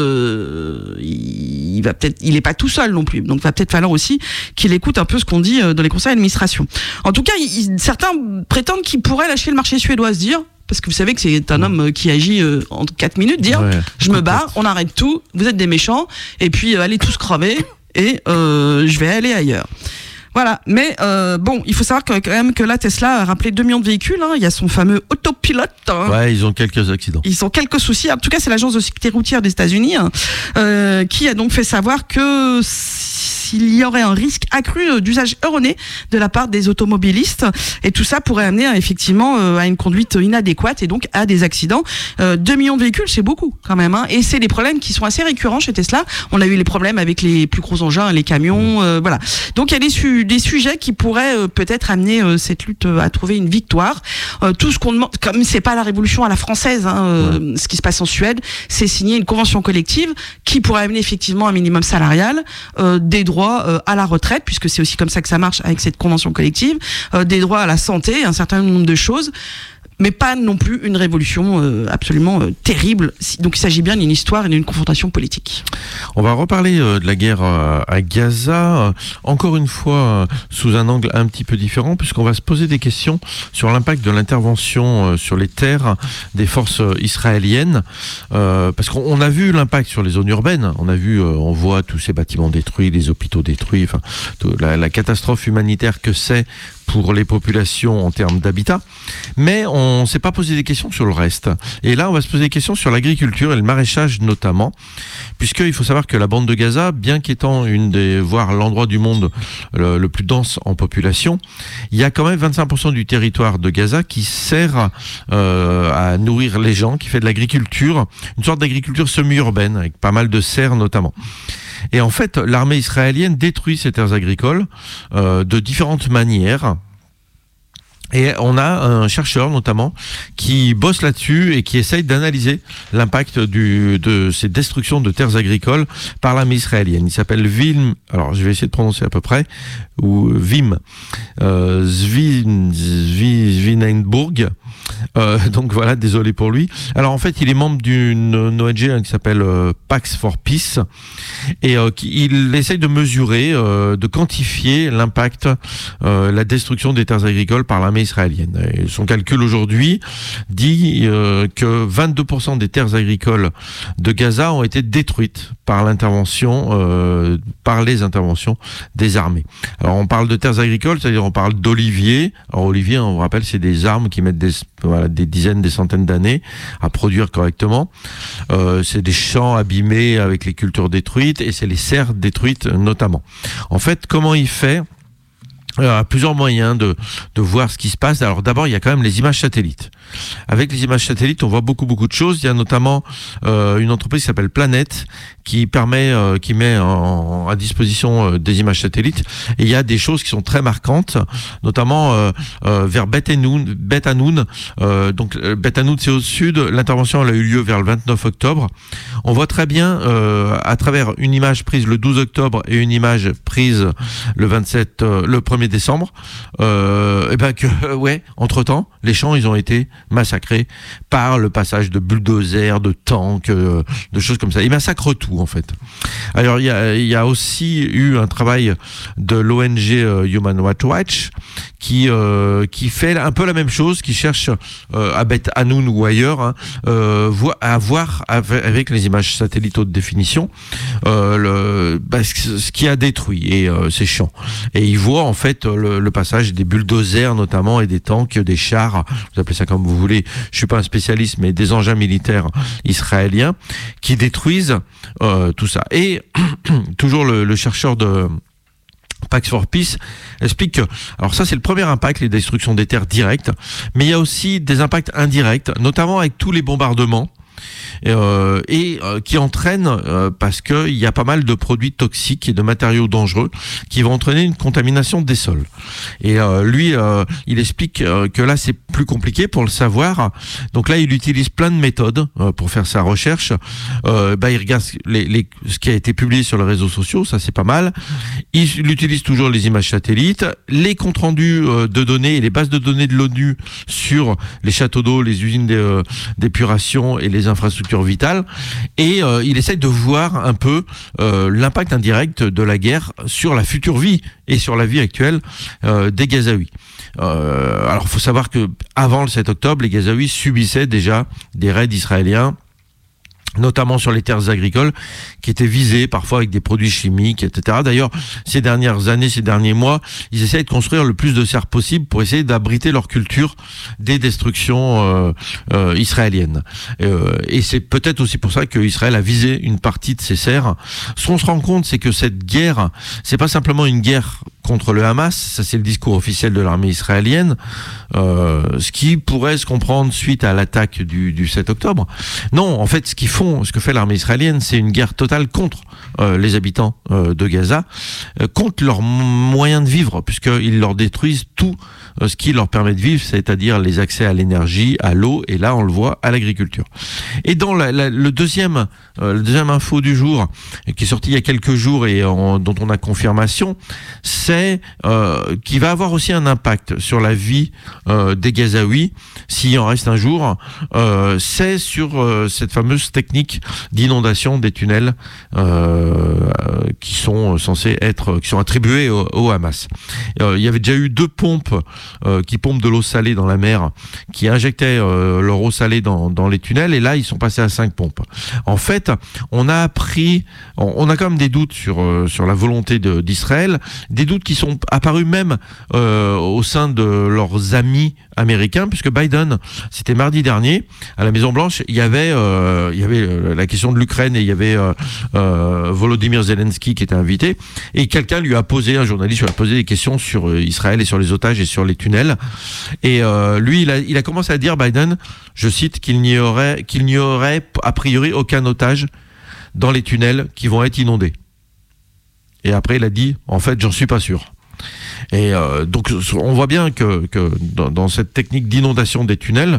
il est pas tout seul non plus. Donc, il va peut-être falloir aussi qu'il écoute un peu ce qu'on dit dans les conseils d'administration. En tout cas, certains prétendent qu'il pourrait lâcher le marché suédois, se dire, parce que vous savez que c'est un homme qui agit en 4 minutes, dire je me barre, on arrête tout, vous êtes des méchants, et puis allez tous crever, et je vais aller ailleurs. Voilà, mais bon, il faut savoir quand même que là, Tesla a rappelé 2 millions de véhicules, il y a son fameux autopilote. Ouais, ils ont quelques accidents. Ils ont quelques soucis, en tout cas c'est l'agence de sécurité routière des États-Unis qui a donc fait savoir que qu'il y aurait un risque accru d'usage erroné de la part des automobilistes. Et tout ça pourrait amener effectivement à une conduite inadéquate et donc à des accidents. 2 millions de véhicules, c'est beaucoup quand même. Et c'est des problèmes qui sont assez récurrents chez Tesla. On a eu les problèmes avec les plus gros engins, les camions, voilà. Donc il y a des sujets qui pourraient peut-être amener cette lutte à trouver une victoire. Tout ce qu'on demande, comme c'est pas la révolution à la française, ce qui se passe en Suède, c'est signer une convention collective qui pourrait amener effectivement un minimum salarial, des droits à la retraite, puisque c'est aussi comme ça que ça marche avec cette convention collective, des droits à la santé, un certain nombre de choses. Mais pas non plus une révolution absolument terrible. Donc il s'agit bien d'une histoire et d'une confrontation politique. On va reparler de la guerre à Gaza, encore une fois sous un angle un petit peu différent, puisqu'on va se poser des questions sur l'impact de l'intervention sur les terres des forces israéliennes, parce qu'on a vu l'impact sur les zones urbaines. On voit tous ces bâtiments détruits, les hôpitaux détruits, enfin la catastrophe humanitaire que c'est pour les populations en termes d'habitat, mais on ne s'est pas posé des questions sur le reste. Et là, on va se poser des questions sur l'agriculture et le maraîchage notamment, puisqu'il faut savoir que la bande de Gaza, bien qu'étant voire l'endroit du monde le plus dense en population, il y a quand même 25% du territoire de Gaza qui sert à nourrir les gens, qui fait de l'agriculture, une sorte d'agriculture semi-urbaine, avec pas mal de serres notamment. Et en fait, l'armée israélienne détruit ces terres agricoles de différentes manières. Et on a un chercheur notamment qui bosse là-dessus et qui essaye d'analyser l'impact de ces destructions de terres agricoles par l'armée israélienne. Il s'appelle Wim, alors je vais essayer de prononcer à peu près, ou Wim Svinenburg. Donc voilà, désolé pour lui. Alors en fait, il est membre d'une ONG qui s'appelle Pax for Peace et il essaye de mesurer, de quantifier l'impact, la destruction des terres agricoles par l'armée israélienne. Et son calcul aujourd'hui dit que 22% des terres agricoles de Gaza ont été détruites par les interventions des armées. Alors on parle de terres agricoles, c'est-à-dire on parle d'oliviers. Alors olivier, on vous rappelle, c'est des arbres qui mettent des dizaines, des centaines d'années à produire correctement. C'est des champs abîmés avec les cultures détruites et c'est les serres détruites notamment. En fait, comment il fait ? Il y a plusieurs moyens de voir ce qui se passe. Alors d'abord, il y a quand même les images satellites. Avec les images satellites, on voit beaucoup de choses. Il y a notamment une entreprise qui s'appelle Planète qui met à disposition des images satellites. Et il y a des choses qui sont très marquantes, notamment vers Bet Hanoun. Donc Bet Hanoun, c'est au sud. L'intervention elle a eu lieu vers le 29 octobre. On voit très bien à travers une image prise le 12 octobre et une image prise le 1er décembre, entre-temps, les champs, ils ont été massacrés par le passage de bulldozers, de tanks, de choses comme ça. Ils massacrent tout, en fait. Alors, il y a aussi eu un travail de l'ONG Human Rights Watch qui fait un peu la même chose, qui cherche à Bet Hanoun ou ailleurs, à voir avec les images satellites haute définition ce qui a détruit et ces champs. Et ils voient en fait le passage des bulldozers notamment et des tanks, des chars, vous appelez ça comme vous voulez, je suis pas un spécialiste, mais des engins militaires israéliens qui détruisent tout ça. Et toujours le chercheur de Pax for Peace explique que, alors ça c'est le premier impact, les destructions des terres directes, mais il y a aussi des impacts indirects, notamment avec tous les bombardements qui entraînent parce que il y a pas mal de produits toxiques et de matériaux dangereux qui vont entraîner une contamination des sols. Et lui, il explique que là c'est plus compliqué pour le savoir. Donc là, il utilise plein de méthodes pour faire sa recherche. Il regarde ce qui a été publié sur les réseaux sociaux, ça c'est pas mal. Il utilise toujours les images satellites, les comptes rendus de données et les bases de données de l'ONU sur les châteaux d'eau, les usines d'épuration et les infrastructures vitales, et il essaie de voir un peu l'impact indirect de la guerre sur la future vie et sur la vie actuelle des Gazaouis. Alors il faut savoir que avant le 7 octobre, les Gazaouis subissaient déjà des raids israéliens notamment sur les terres agricoles, qui étaient visées parfois avec des produits chimiques, etc. D'ailleurs, ces dernières années, ces derniers mois, ils essayent de construire le plus de serres possible pour essayer d'abriter leur culture des destructions israéliennes. Et c'est peut-être aussi pour ça qu'Israël a visé une partie de ces serres. Ce qu'on se rend compte, c'est que cette guerre, c'est pas simplement une guerre contre le Hamas, ça c'est le discours officiel de l'armée israélienne, ce qui pourrait se comprendre suite à l'attaque du 7 octobre. Non, en fait, ce que fait l'armée israélienne, c'est une guerre totale contre les habitants de Gaza, contre leurs moyens de vivre, puisqu'ils leur détruisent tout ce qui leur permet de vivre, c'est-à-dire les accès à l'énergie, à l'eau, et là on le voit, à l'agriculture. Et dans le deuxième info du jour, qui est sorti il y a quelques jours et dont on a confirmation, c'est qui va avoir aussi un impact sur la vie des Gazaouis, s'il en reste un jour, c'est sur cette fameuse technique d'inondation des tunnels qui sont attribués au Hamas. Il y avait déjà eu 2 pompes qui pompent de l'eau salée dans la mer, qui injectaient leur eau salée dans les tunnels, et là ils sont passés à 5 pompes. En fait, on a quand même des doutes sur la volonté d'Israël, des doutes qui sont apparus même au sein de leurs amis américains, puisque Biden, c'était mardi dernier, à la Maison-Blanche, il y avait la question de l'Ukraine, et il y avait Volodymyr Zelensky qui était invité, et un journaliste lui a posé des questions sur Israël et sur les otages et sur les tunnels, et lui il a commencé à dire, Biden, je cite, qu'il n'y aurait a priori aucun otage dans les tunnels qui vont être inondés. Et après il a dit, en fait j'en suis pas sûr. Et donc on voit bien que dans cette technique d'inondation des tunnels,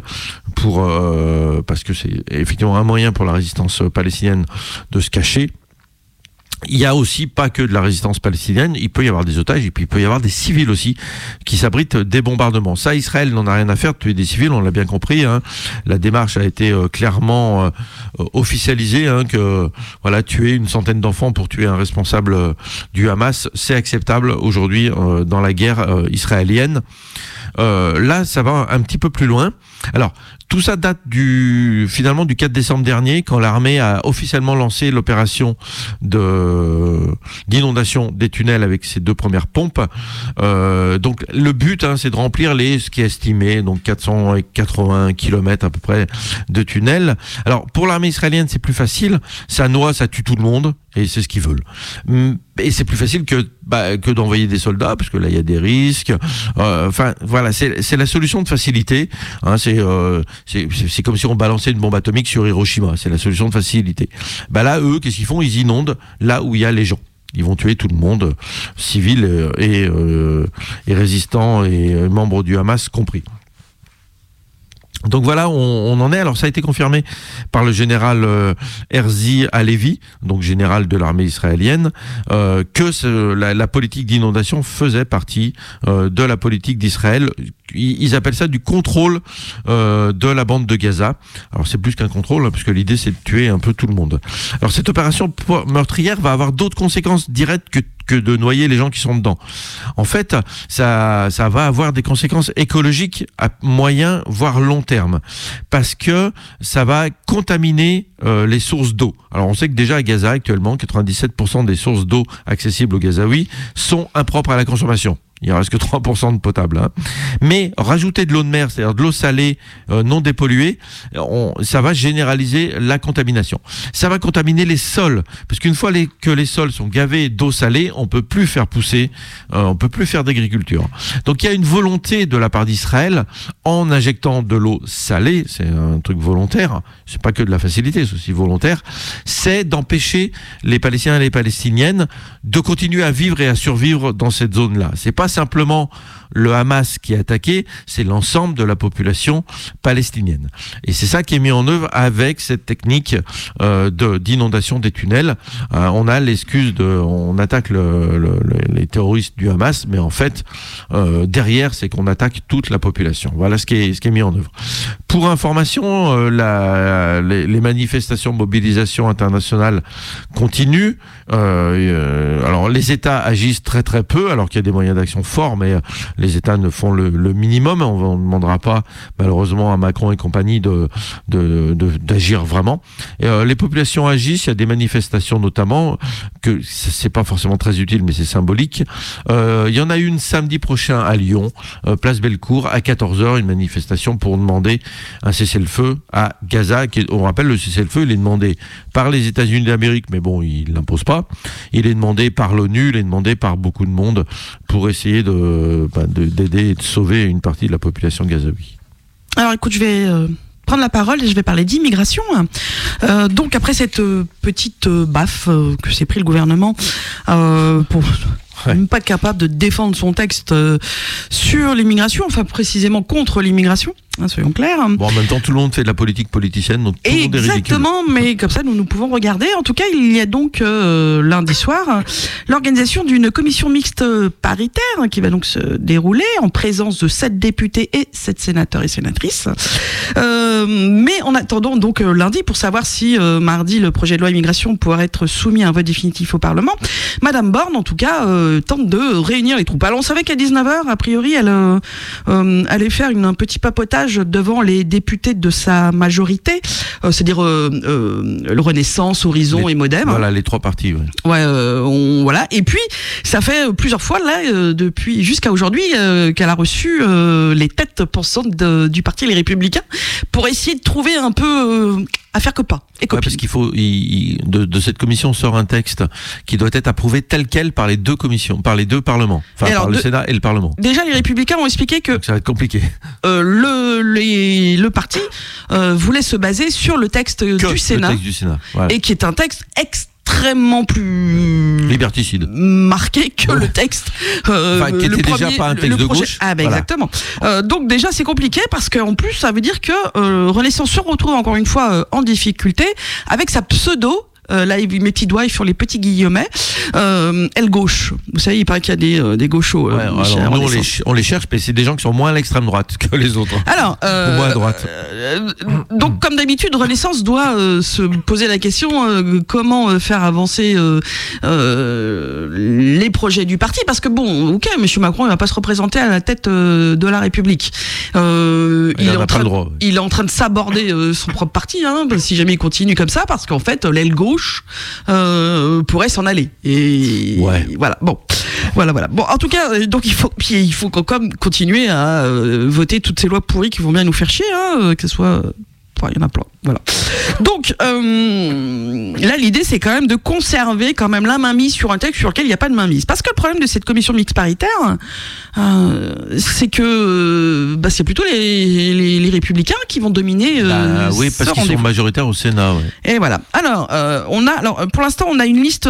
parce que c'est effectivement un moyen pour la résistance palestinienne de se cacher, il y a aussi pas que de la résistance palestinienne, il peut y avoir des otages, et puis il peut y avoir des civils aussi qui s'abritent des bombardements. Ça, Israël n'en a rien à faire de tuer des civils, on l'a bien compris, hein. La démarche a été clairement officialisée, hein, que voilà, tuer une centaine d'enfants pour tuer un responsable du Hamas, c'est acceptable aujourd'hui dans la guerre israélienne. Là, ça va un petit peu plus loin. Alors, tout ça date finalement du 4 décembre dernier, quand l'armée a officiellement lancé l'opération d'inondation des tunnels avec ses 2 premières pompes. Donc le but, hein, c'est de remplir ce qui est estimé, donc 480 km à peu près de tunnels. Alors pour l'armée israélienne, c'est plus facile, ça tue tout le monde, et c'est ce qu'ils veulent. Et c'est plus facile que d'envoyer des soldats, parce que là il y a des risques. Enfin voilà, c'est la solution de facilité, hein, c'est comme si on balançait une bombe atomique sur Hiroshima, c'est la solution de facilité. Là eux, qu'est-ce qu'ils font? Ils inondent là où il y a les gens. Ils vont tuer tout le monde, civils et résistants et membres du Hamas compris. Donc voilà, on en est. Alors ça a été confirmé par le général Herzi Halevi, donc général de l'armée israélienne, que la politique d'inondation faisait partie de la politique d'Israël. Ils appellent ça du contrôle de la bande de Gaza. Alors c'est plus qu'un contrôle, hein, puisque l'idée c'est de tuer un peu tout le monde. Alors cette opération meurtrière va avoir d'autres conséquences directes que de noyer les gens qui sont dedans. En fait, ça va avoir des conséquences écologiques à moyen, voire long terme, parce que ça va contaminer les sources d'eau. Alors on sait que déjà à Gaza actuellement, 97% des sources d'eau accessibles aux Gazaouis sont impropres à la consommation. Il ne reste que 3% de potable, hein. Mais rajouter de l'eau de mer, c'est-à-dire de l'eau salée non dépolluée, ça va généraliser la contamination. Ça va contaminer les sols, parce qu'une fois que les sols sont gavés d'eau salée, on peut plus faire pousser, on peut plus faire d'agriculture. Donc il y a une volonté de la part d'Israël, en injectant de l'eau salée, c'est un truc volontaire, c'est pas que de la facilité, c'est aussi volontaire, c'est d'empêcher les Palestiniens et les Palestiniennes de continuer à vivre et à survivre dans cette zone-là. C'est pas simplement le Hamas qui est attaqué, c'est l'ensemble de la population palestinienne. Et c'est ça qui est mis en œuvre avec cette technique d'inondation des tunnels. On a l'excuse on attaque les terroristes du Hamas, mais en fait, derrière, c'est qu'on attaque toute la population. Voilà ce qui est mis en œuvre. Pour information, les manifestations, mobilisation internationale continuent. Alors, les États agissent très très peu, alors qu'il y a des moyens d'action forts, mais les États ne font le minimum. On ne demandera pas, malheureusement, à Macron et compagnie d'agir vraiment. Et, les populations agissent, il y a des manifestations notamment, que c'est pas forcément très utile, mais c'est symbolique. Il y en a une samedi prochain à Lyon, place Bellecour, à 14h, une manifestation pour demander un cessez-le-feu à Gaza. On rappelle, le cessez-le-feu, il est demandé par les États-Unis d'Amérique, mais bon, ils l'imposent pas. Il est demandé par l'ONU, il est demandé par beaucoup de monde pour essayer d'aider et de sauver une partie de la population de Gaza. Alors écoute, je vais prendre la parole et je vais parler d'immigration. Donc après cette petite baffe que s'est pris le gouvernement pour même pas capable de défendre son texte sur l'immigration, enfin précisément contre l'immigration, hein, soyons clairs. Bon, en même temps, tout le monde fait de la politique politicienne, donc tout le monde est ridicule. Exactement, mais comme ça, nous pouvons regarder. En tout cas, il y a donc lundi soir l'organisation d'une commission mixte paritaire qui va donc se dérouler en présence de 7 députés et 7 sénateurs et sénatrices. Mais en attendant donc lundi, pour savoir si mardi le projet de loi immigration pourra être soumis à un vote définitif au Parlement, Madame Borne, en tout cas, tente de réunir les troupes. Alors on savait qu'à 19h, a priori, elle allait faire un petit papotage devant les députés de sa majorité, c'est-à-dire le Renaissance, Horizon et Modem. Voilà, les 3 partis. Ouais, voilà. Et puis, ça fait plusieurs fois, là, depuis jusqu'à aujourd'hui, qu'elle a reçu les têtes pensantes du Parti Les Républicains pour essayer de trouver un peu à faire copain et copine. Ouais, parce qu'il faut, de cette commission sort un texte qui doit être approuvé tel quel par les 2 commissions, par les 2 parlements, enfin par le Sénat et le Parlement. Déjà, les Républicains ont expliqué que donc ça va être compliqué. Le parti voulait se baser sur le texte du Sénat, voilà. Et qui est un texte extrêmement plus liberticide, marqué que le texte qui était déjà pas un texte de gauche. Ah ben voilà. Exactement. Donc déjà c'est compliqué parce qu'en plus ça veut dire que Renaissance se retrouve encore une fois en difficulté avec sa pseudo. Là, il met petit doigt, il fait les petits guillemets. Aile gauche. Vous savez, il paraît qu'il y a des gauchos. Alors, nous, on les cherche, mais c'est des gens qui sont moins à l'extrême droite que les autres. Alors, moins à droite. Donc, comme d'habitude, Renaissance doit se poser la question comment faire avancer les projets du parti, parce que bon, ok, Monsieur Macron, il va pas se représenter à la tête de la République. Il est en train de s'aborder son propre parti, hein, si jamais il continue comme ça, parce qu'en fait, l'aile gauche pourrait s'en aller. Et voilà. Bon, voilà. Bon, en tout cas, donc il faut quand même continuer à voter toutes ces lois pourries qui vont bien nous faire chier, hein, que ce soit. Enfin, il y en a plein. Voilà. Donc là, l'idée, c'est quand même de conserver quand même la mainmise sur un texte sur lequel il n'y a pas de mainmise. Parce que le problème de cette commission mixte paritaire, c'est que c'est plutôt les Républicains qui vont dominer. Oui, parce qu'ils sont majoritaires au Sénat. Ouais. Et voilà. Alors, pour l'instant, on a une liste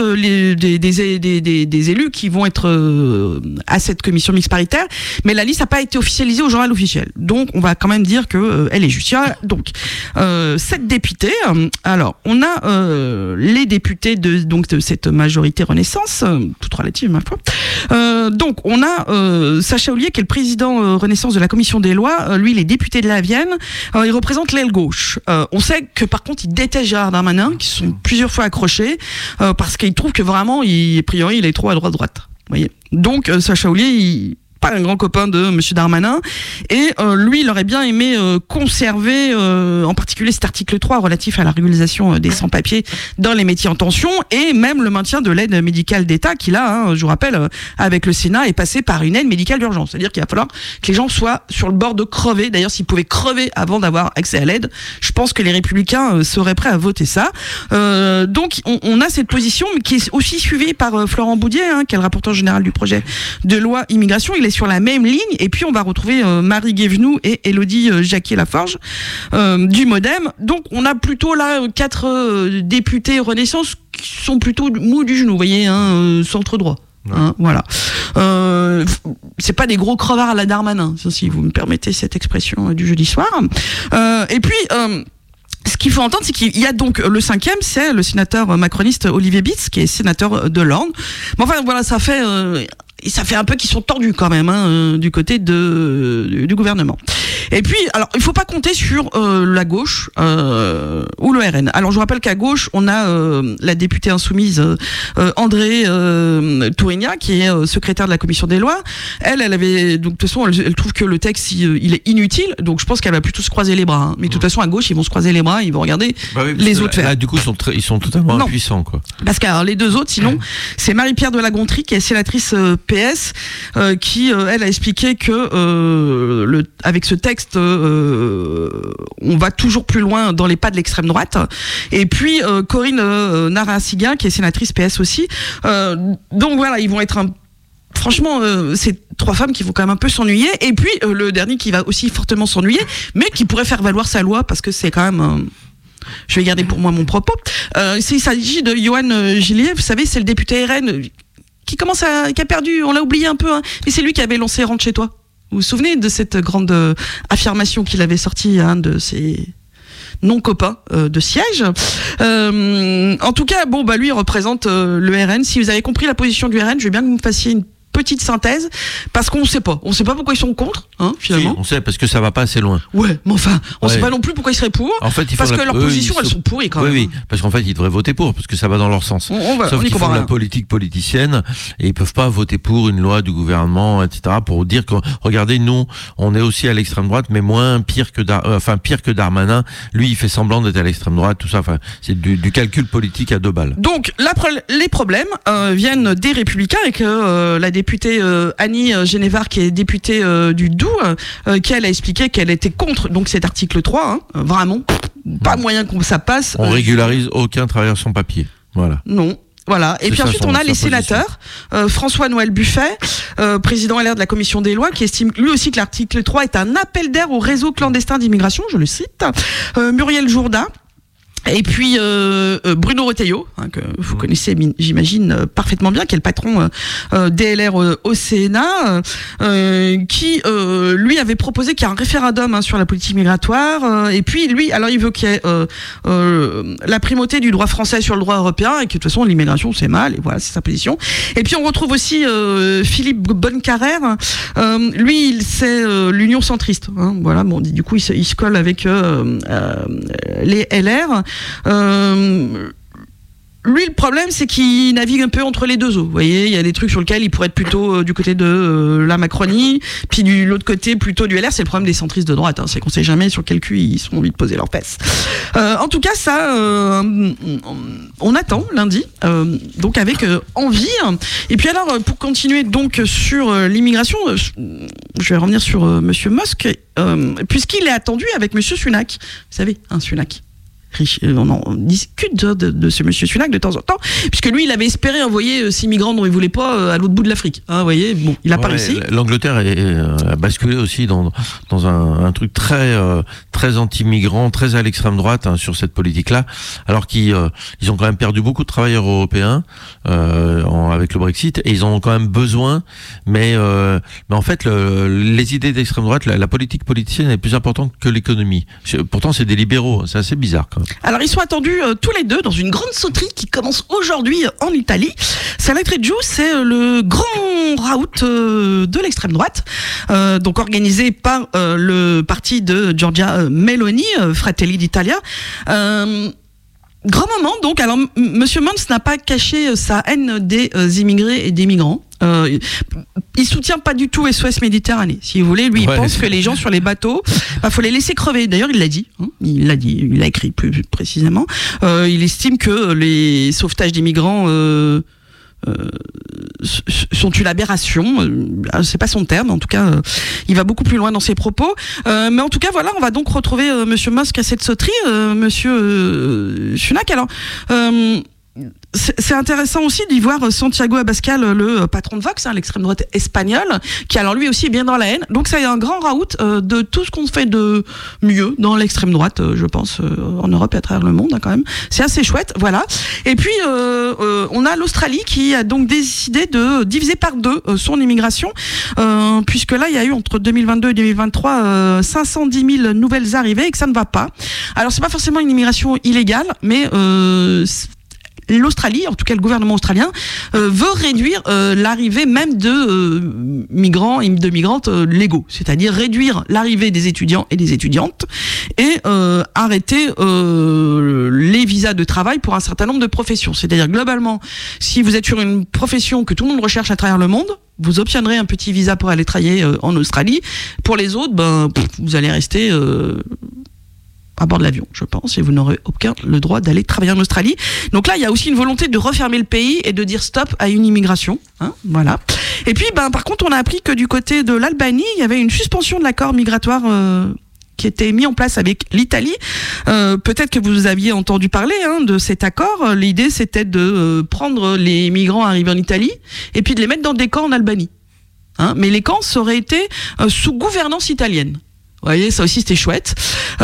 des élus qui vont être à cette commission mixte paritaire, mais la liste n'a pas été officialisée au journal officiel. Donc, on va quand même dire que elle est juste. Donc 7 députés. Alors, on a les députés de cette majorité Renaissance, toute relative ma foi. Donc, on a Sacha Houlié, qui est le président Renaissance de la commission des lois. Lui, il est député de la Vienne. Il représente l'aile gauche. On sait que par contre, il déteste Gérard Darmanin, qui sont plusieurs fois accrochés, parce qu'il trouve que vraiment, a priori, il est trop à droite. Vous voyez. Donc, Sacha Houlié, un grand copain de Monsieur Darmanin, et lui il aurait bien aimé conserver en particulier cet article 3 relatif à la régularisation des sans-papiers dans les métiers en tension, et même le maintien de l'aide médicale d'État qui là, je vous rappelle, avec le Sénat est passé par une aide médicale d'urgence, c'est-à-dire qu'il va falloir que les gens soient sur le bord de crever. D'ailleurs, s'ils pouvaient crever avant d'avoir accès à l'aide, je pense que les Républicains seraient prêts à voter ça. Donc on a cette position qui est aussi suivie par Florent Boudier, qui est le rapporteur général du projet de loi immigration. Il est sur la même ligne, et puis on va retrouver Marie Guévenoux et Élodie Jacquier-Laforge du Modem. Donc on a plutôt là 4 députés Renaissance qui sont plutôt mous du genou, vous voyez, centre droit. Voilà. C'est pas des gros crevards à la Darmanin, si vous me permettez cette expression du jeudi soir. Et puis ce qu'il faut entendre, c'est qu'il y a donc le 5e, c'est le sénateur macroniste Olivier Bitz, qui est sénateur de l'Orne. Mais enfin voilà, ça fait un peu qu'ils sont tordus quand même, du côté du gouvernement. Et puis, alors, il faut pas compter sur la gauche ou le RN. Alors, je vous rappelle qu'à gauche, on a la députée insoumise André Tourignac, qui est secrétaire de la commission des lois. Elle avait, donc de toute façon, elle trouve que le texte il est inutile, donc je pense qu'elle va plutôt se croiser les bras. Hein. Mais de toute façon, à gauche, ils vont se croiser les bras, ils vont regarder les autres faire. Là, du coup, ils sont totalement impuissants, quoi. Parce que alors, les deux autres, sinon, c'est Marie-Pierre de la Gontrie, qui est sénatrice PS, qui elle a expliqué que avec ce texte, on va toujours plus loin dans les pas de l'extrême droite. Et puis Corinne Narassiguin, qui est sénatrice PS aussi. Donc voilà, ils vont être franchement, c'est trois femmes qui vont quand même un peu s'ennuyer. Et puis le dernier qui va aussi fortement s'ennuyer, mais qui pourrait faire valoir sa loi, parce que c'est quand même... je vais garder pour moi mon propos. Il s'agit de Johan Gillier, vous savez, c'est le député RN qui a perdu, on l'a oublié un peu, hein, mais c'est lui qui avait lancé Rentre chez toi. Vous vous souvenez de cette grande affirmation qu'il avait sortie à un de ses non-copains de siège. En tout cas, lui, il représente le RN. Si vous avez compris la position du RN, je veux bien que vous me fassiez une petite synthèse, parce qu'on ne sait pas. On ne sait pas pourquoi ils sont contre, hein, finalement. Si, on sait, parce que ça va pas assez loin. Ouais, mais enfin, on ne sait pas non plus pourquoi ils seraient pour. En fait, parce que leurs positions, elles sont pourries quand même. Oui, parce qu'en fait, ils devraient voter pour, parce que ça va dans leur sens. Sauf qu'ils font de la politique politicienne, et ils peuvent pas voter pour une loi du gouvernement, etc., pour dire que, regardez, nous, on est aussi à l'extrême droite, mais pire que Darmanin. Lui, il fait semblant d'être à l'extrême droite, tout ça. Enfin, c'est du calcul politique à 2 balles. Donc, les problèmes viennent des Républicains, et que la députée Annie Genevard, qui est députée du Doubs, qui elle a expliqué qu'elle était contre donc cet article 3, hein, vraiment pas moyen que ça passe. On régularise aucun travailleur sans papier. Voilà. Non. Voilà. Et puis ensuite, on a les sénateurs. François-Noël Buffet, président LR de la commission des lois, qui estime lui aussi que l'article 3 est un appel d'air au réseau clandestin d'immigration, je le cite. Muriel Jourda. Et puis Bruno Retailleau, hein, que vous connaissez, j'imagine, parfaitement bien, qui est le patron DLR au Sénat, qui lui avait proposé qu'il y ait un référendum sur la politique migratoire. Et puis lui, alors il veut qu'il y ait la primauté du droit français sur le droit européen, et que de toute façon l'immigration c'est mal. Et voilà, c'est sa position. Et puis on retrouve aussi Philippe Bonnecarrère. Lui, c'est l'Union centriste. Hein, voilà. Bon, du coup, il se colle avec les LR. Lui, le problème, c'est qu'il navigue un peu entre les deux eaux. Vous voyez, il y a des trucs sur lesquels il pourrait être plutôt du côté de la Macronie, puis de l'autre côté plutôt du LR. C'est le problème des centristes de droite, hein, c'est qu'on sait jamais sur quel cul ils sont envie de poser leurs fesses. En tout cas, ça, on attend lundi, donc avec envie. Et puis alors, pour continuer donc sur l'immigration, je vais revenir sur Monsieur Musk, puisqu'il est attendu avec Monsieur Sunak. Vous savez, Sunak. On en discute de ce monsieur Sunak de temps en temps, puisque lui, il avait espéré envoyer ces migrants dont il voulait pas à l'autre bout de l'Afrique. Hein, vous voyez, bon, il a pas réussi. L'Angleterre a basculé aussi dans un truc très anti-migrant, très à l'extrême droite, hein, sur cette politique-là, alors qu'ils ont quand même perdu beaucoup de travailleurs européens avec le Brexit, et ils en ont quand même besoin. Mais en fait, les idées d'extrême droite, la politique politicienne est plus importante que l'économie. Pourtant, c'est des libéraux, c'est assez bizarre quand même. Alors ils sont attendus tous les deux dans une grande sauterie qui commence aujourd'hui en Italie. Saletreggiu, c'est le grand raout de l'extrême droite, donc organisé par le parti de Giorgia Meloni, Fratelli d'Italia. Grand moment, donc. Alors, Monsieur Mons n'a pas caché sa haine des immigrés et des migrants. Il soutient pas du tout SOS Méditerranée. Si vous voulez, lui, il pense que les gens sur les bateaux, faut les laisser crever. D'ailleurs, il l'a dit. Hein, il l'a écrit plus précisément. Il estime que les sauvetages des migrants sont une aberration. C'est pas son terme. En tout cas, il va beaucoup plus loin dans ses propos. Mais en tout cas, voilà, on va donc retrouver Monsieur Musk à cette sauterie, Monsieur Sunak. Alors. C'est intéressant aussi d'y voir Santiago Abascal, le patron de Vox, l'extrême droite espagnole, qui alors lui aussi est bien dans la haine. Donc ça y a un grand raout de tout ce qu'on fait de mieux dans l'extrême droite, je pense, en Europe et à travers le monde, hein, quand même. C'est assez chouette, voilà. Et puis on a l'Australie qui a donc décidé de diviser par 2 son immigration, puisque là il y a eu entre 2022 et 2023 510 000 nouvelles arrivées et que ça ne va pas. Alors c'est pas forcément une immigration illégale, mais l'Australie, en tout cas le gouvernement australien, veut réduire l'arrivée même de migrants et de migrantes légaux, c'est-à-dire réduire l'arrivée des étudiants et des étudiantes et arrêter les visas de travail pour un certain nombre de professions. C'est-à-dire globalement, si vous êtes sur une profession que tout le monde recherche à travers le monde, vous obtiendrez un petit visa pour aller travailler en Australie. Pour les autres, vous allez rester à bord de l'avion, je pense, et vous n'aurez aucun le droit d'aller travailler en Australie. Donc là, il y a aussi une volonté de refermer le pays et de dire stop à une immigration. Voilà. Et puis, par contre, on a appris que du côté de l'Albanie, il y avait une suspension de l'accord migratoire qui était mis en place avec l'Italie. Peut-être que vous aviez entendu parler de cet accord. L'idée, c'était de prendre les migrants arrivés en Italie et puis de les mettre dans des camps en Albanie. Mais les camps auraient été sous gouvernance italienne. Vous voyez, ça aussi, c'était chouette.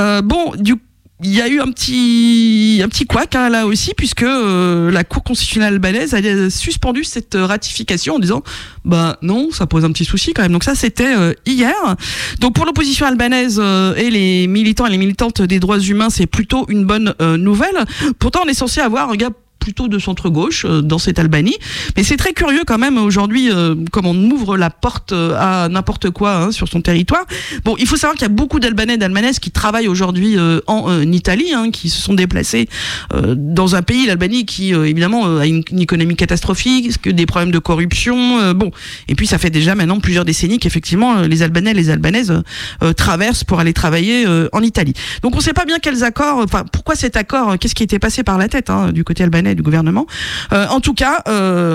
Il y a eu un petit couac là aussi, puisque la Cour constitutionnelle albanaise a suspendu cette ratification en disant non, ça pose un petit souci quand même. Donc ça, c'était hier. Donc pour l'opposition albanaise et les militants et les militantes des droits humains, c'est plutôt une bonne nouvelle. Pourtant, on est censé avoir un gars plutôt de centre-gauche dans cette Albanie. Mais c'est très curieux quand même aujourd'hui comme on ouvre la porte à n'importe quoi sur son territoire. Bon, il faut savoir qu'il y a beaucoup d'Albanais et d'Albanaises qui travaillent aujourd'hui en Italie, qui se sont déplacés dans un pays, l'Albanie, qui évidemment a une économie catastrophique, des problèmes de corruption. Et puis ça fait déjà maintenant plusieurs décennies qu'effectivement les Albanais et les Albanaises traversent pour aller travailler en Italie. Donc on ne sait pas bien quels accords, pourquoi cet accord, qu'est-ce qui était passé par la tête du côté albanais du gouvernement. En tout cas,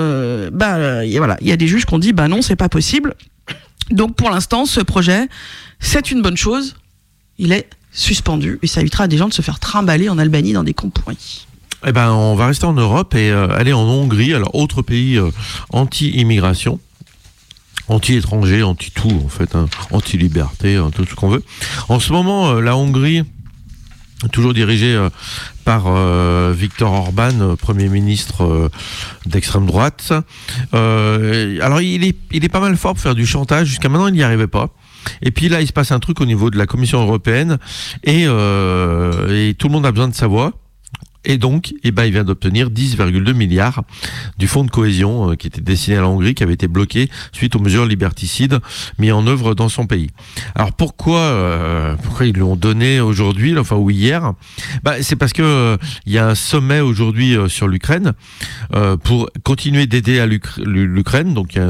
il y a des juges qui ont dit non, c'est pas possible. Donc pour l'instant, ce projet, c'est une bonne chose. Il est suspendu et ça évitera à des gens de se faire trimballer en Albanie dans des camps pourris. On va rester en Europe et aller en Hongrie, alors autre pays anti-immigration. Anti-étranger, anti-tout en fait, anti-liberté, tout ce qu'on veut. En ce moment, la Hongrie, toujours dirigée par Viktor Orban, Premier ministre d'extrême droite. Alors il est pas mal fort pour faire du chantage. Jusqu'à maintenant, il n'y arrivait pas. Et puis là, il se passe un truc au niveau de la Commission européenne et tout le monde a besoin de sa voix. Et donc, il vient d'obtenir 10,2 milliards du fonds de cohésion qui était destiné à la Hongrie, qui avait été bloqué suite aux mesures liberticides mises en œuvre dans son pays. Alors pourquoi ils l'ont donné aujourd'hui, ou hier ? C'est parce que il y a un sommet aujourd'hui sur l'Ukraine pour continuer d'aider à l'Ukraine. Donc il y a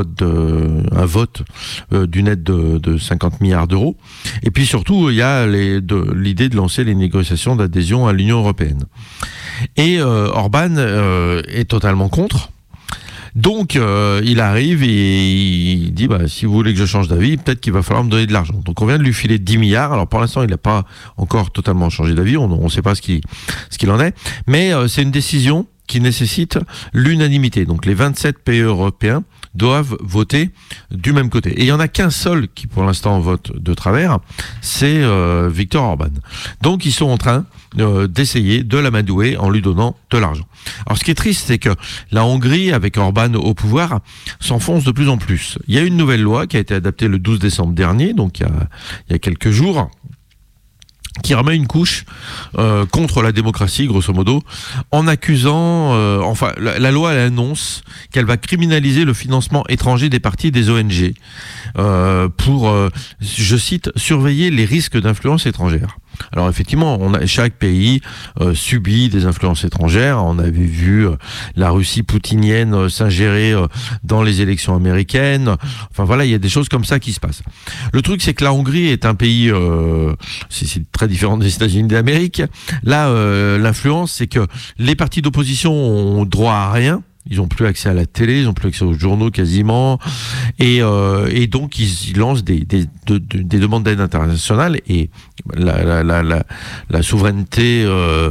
un vote d'une aide de 50 milliards d'euros. Et puis surtout, il y a l'idée de lancer les négociations d'adhésion à l'Union européenne. Et Orban est totalement contre. Donc il arrive et il dit si vous voulez que je change d'avis, peut-être qu'il va falloir me donner de l'argent. Donc on vient de lui filer 10 milliards. Alors pour l'instant, il n'a pas encore totalement changé d'avis, on ne sait pas ce qu'il en est, mais c'est une décision qui nécessite l'unanimité. Donc les 27 pays européens doivent voter du même côté. Et il n'y en a qu'un seul qui pour l'instant vote de travers, c'est Viktor Orban. Donc ils sont en train d'essayer de l'amadouer en lui donnant de l'argent. Alors ce qui est triste, c'est que la Hongrie, avec Orban au pouvoir, s'enfonce de plus en plus. Il y a une nouvelle loi qui a été adaptée le 12 décembre dernier, donc il y a quelques jours, qui remet une couche contre la démocratie, grosso modo, en accusant... la loi, elle annonce qu'elle va criminaliser le financement étranger des partis et des ONG pour, je cite, surveiller les risques d'influence étrangère. Alors effectivement, chaque pays subit des influences étrangères. On avait vu la Russie poutinienne s'ingérer dans les élections américaines. Enfin voilà, il y a des choses comme ça qui se passent. Le truc, c'est que la Hongrie est un pays, c'est très différent des États-Unis d'Amérique. Là, l'influence, c'est que les partis d'opposition ont droit à rien. Ils n'ont plus accès à la télé, ils n'ont plus accès aux journaux quasiment, et donc ils lancent des demandes d'aide internationale, et la souveraineté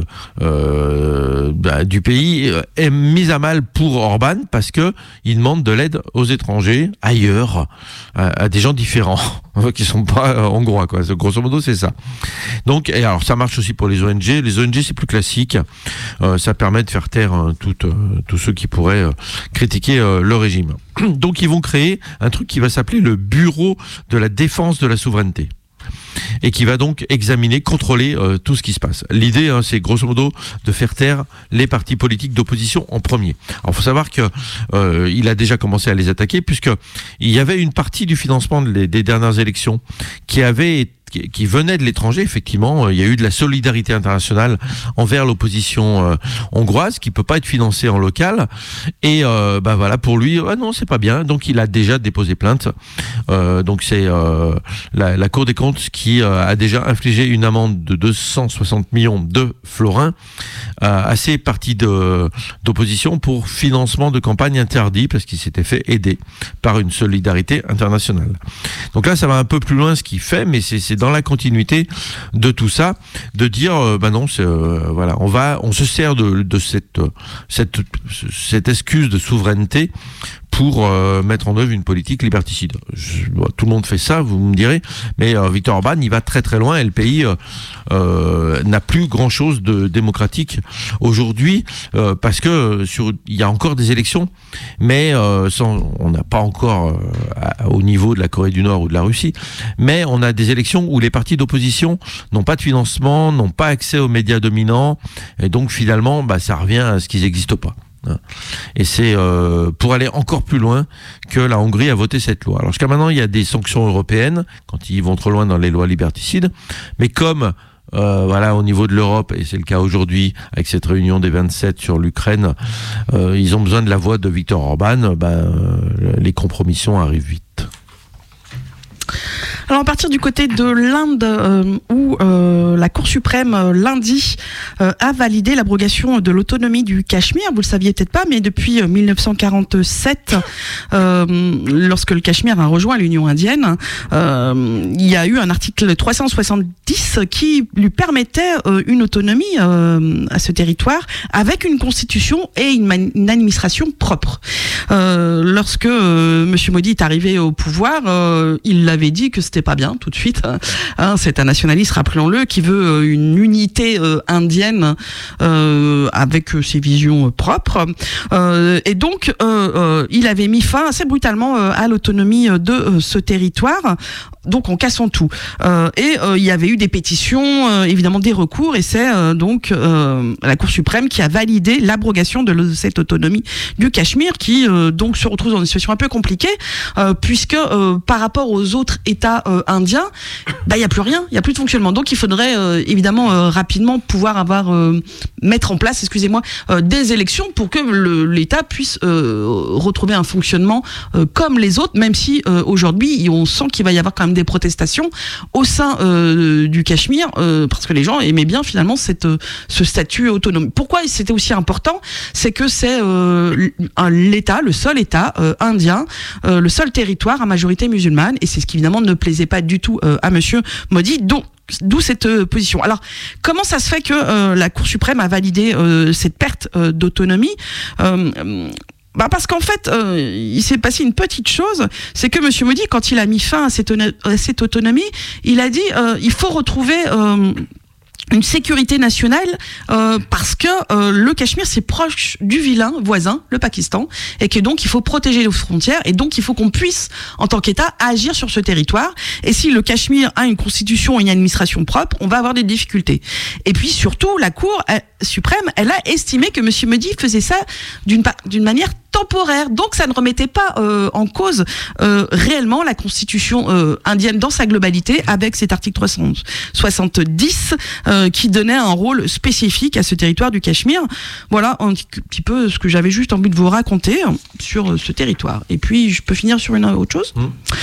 du pays est mise à mal pour Orban parce que il demande de l'aide aux étrangers ailleurs, à des gens différents qui sont pas hongrois, quoi. Grosso modo, c'est ça. Donc, et alors ça marche aussi pour les ONG. Les ONG, c'est plus classique. Ça permet de faire taire tous ceux qui pourraient critiquer le régime. Donc ils vont créer un truc qui va s'appeler le Bureau de la défense de la souveraineté. et qui va donc examiner, contrôler tout ce qui se passe. L'idée, c'est grosso modo de faire taire les partis politiques d'opposition en premier. Alors, il faut savoir que il a déjà commencé à les attaquer, puisque il y avait une partie du financement des dernières élections qui venait de l'étranger. Effectivement, il y a eu de la solidarité internationale envers l'opposition hongroise qui peut pas être financée en local. Et voilà, pour lui, non, c'est pas bien. Donc il a déjà déposé plainte. Donc c'est la Cour des comptes qui a déjà infligé une amende de 260 millions de florins à ces partis d'opposition pour financement de campagne interdit, parce qu'il s'était fait aider par une solidarité internationale. Donc là, ça va un peu plus loin ce qu'il fait, mais c'est dans la continuité de tout ça, de dire non, voilà, on se sert de cette excuse de souveraineté pour mettre en œuvre une politique liberticide. Tout le monde fait ça, vous me direz, mais Viktor Orban, il va très très loin, et le pays n'a plus grand chose de démocratique aujourd'hui, parce que il y a encore des élections, mais on n'a pas encore au niveau de la Corée du Nord ou de la Russie, mais on a des élections où les partis d'opposition n'ont pas de financement, n'ont pas accès aux médias dominants, et donc finalement, ça revient à ce qu'ils n'existent pas. Et c'est pour aller encore plus loin que la Hongrie a voté cette loi. Alors jusqu'à maintenant, il y a des sanctions européennes quand ils vont trop loin dans les lois liberticides, mais comme au niveau de l'Europe, et c'est le cas aujourd'hui avec cette réunion des 27 sur l'Ukraine, ils ont besoin de la voix de Viktor Orban, les compromissions arrivent vite. Alors, à partir du côté de l'Inde, où la Cour suprême, lundi, a validé l'abrogation de l'autonomie du Cachemire. Vous le saviez peut-être pas, mais depuis 1947, lorsque le Cachemire a rejoint l'Union indienne, il y a eu un article 370 qui lui permettait une autonomie à ce territoire, avec une constitution et une administration propre. Lorsque Monsieur Modi est arrivé au pouvoir, il avait dit que c'était pas bien tout de suite. C'est un nationaliste, rappelons-le, qui veut une unité indienne avec ses visions propres. Et donc, il avait mis fin assez brutalement à l'autonomie de ce territoire, donc en cassant tout. Et il y avait eu des pétitions, évidemment des recours, et c'est donc la Cour suprême qui a validé l'abrogation de cette autonomie du Cachemire, qui donc se retrouve dans une situation un peu compliquée, puisque par rapport aux autres États indiens, il y a plus rien, il y a plus de fonctionnement. Donc il faudrait évidemment rapidement pouvoir mettre en place, des élections pour que l'État puisse retrouver un fonctionnement comme les autres, même si aujourd'hui on sent qu'il va y avoir quand même des protestations au sein du Cachemire, parce que les gens aimaient bien finalement ce statut autonome. Pourquoi c'était aussi important? C'est que c'est l'État, le seul État indien, le seul territoire à majorité musulmane, et c'est ce qui évidemment ne plaisait pas du tout à Monsieur Modi, d'où cette position. Alors, comment ça se fait que la Cour suprême a validé cette perte d'autonomie? Parce qu'en fait, il s'est passé une petite chose, c'est que Monsieur Modi, quand il a mis fin à cette autonomie, il a dit il faut retrouver une sécurité nationale, parce que le Cachemire, c'est proche du vilain voisin, le Pakistan, et que donc il faut protéger nos frontières, et donc il faut qu'on puisse, en tant qu'État, agir sur ce territoire. Et si le Cachemire a une constitution et une administration propre, on va avoir des difficultés. Et puis surtout, la Cour suprême, elle a estimé que Monsieur Modi faisait ça d'une manière temporaire, donc ça ne remettait pas en cause réellement la constitution indienne dans sa globalité, avec cet article 370 qui donnait un rôle spécifique à ce territoire du Cachemire. Voilà un petit peu ce que j'avais juste envie de vous raconter sur ce territoire. Et puis je peux finir sur une autre chose.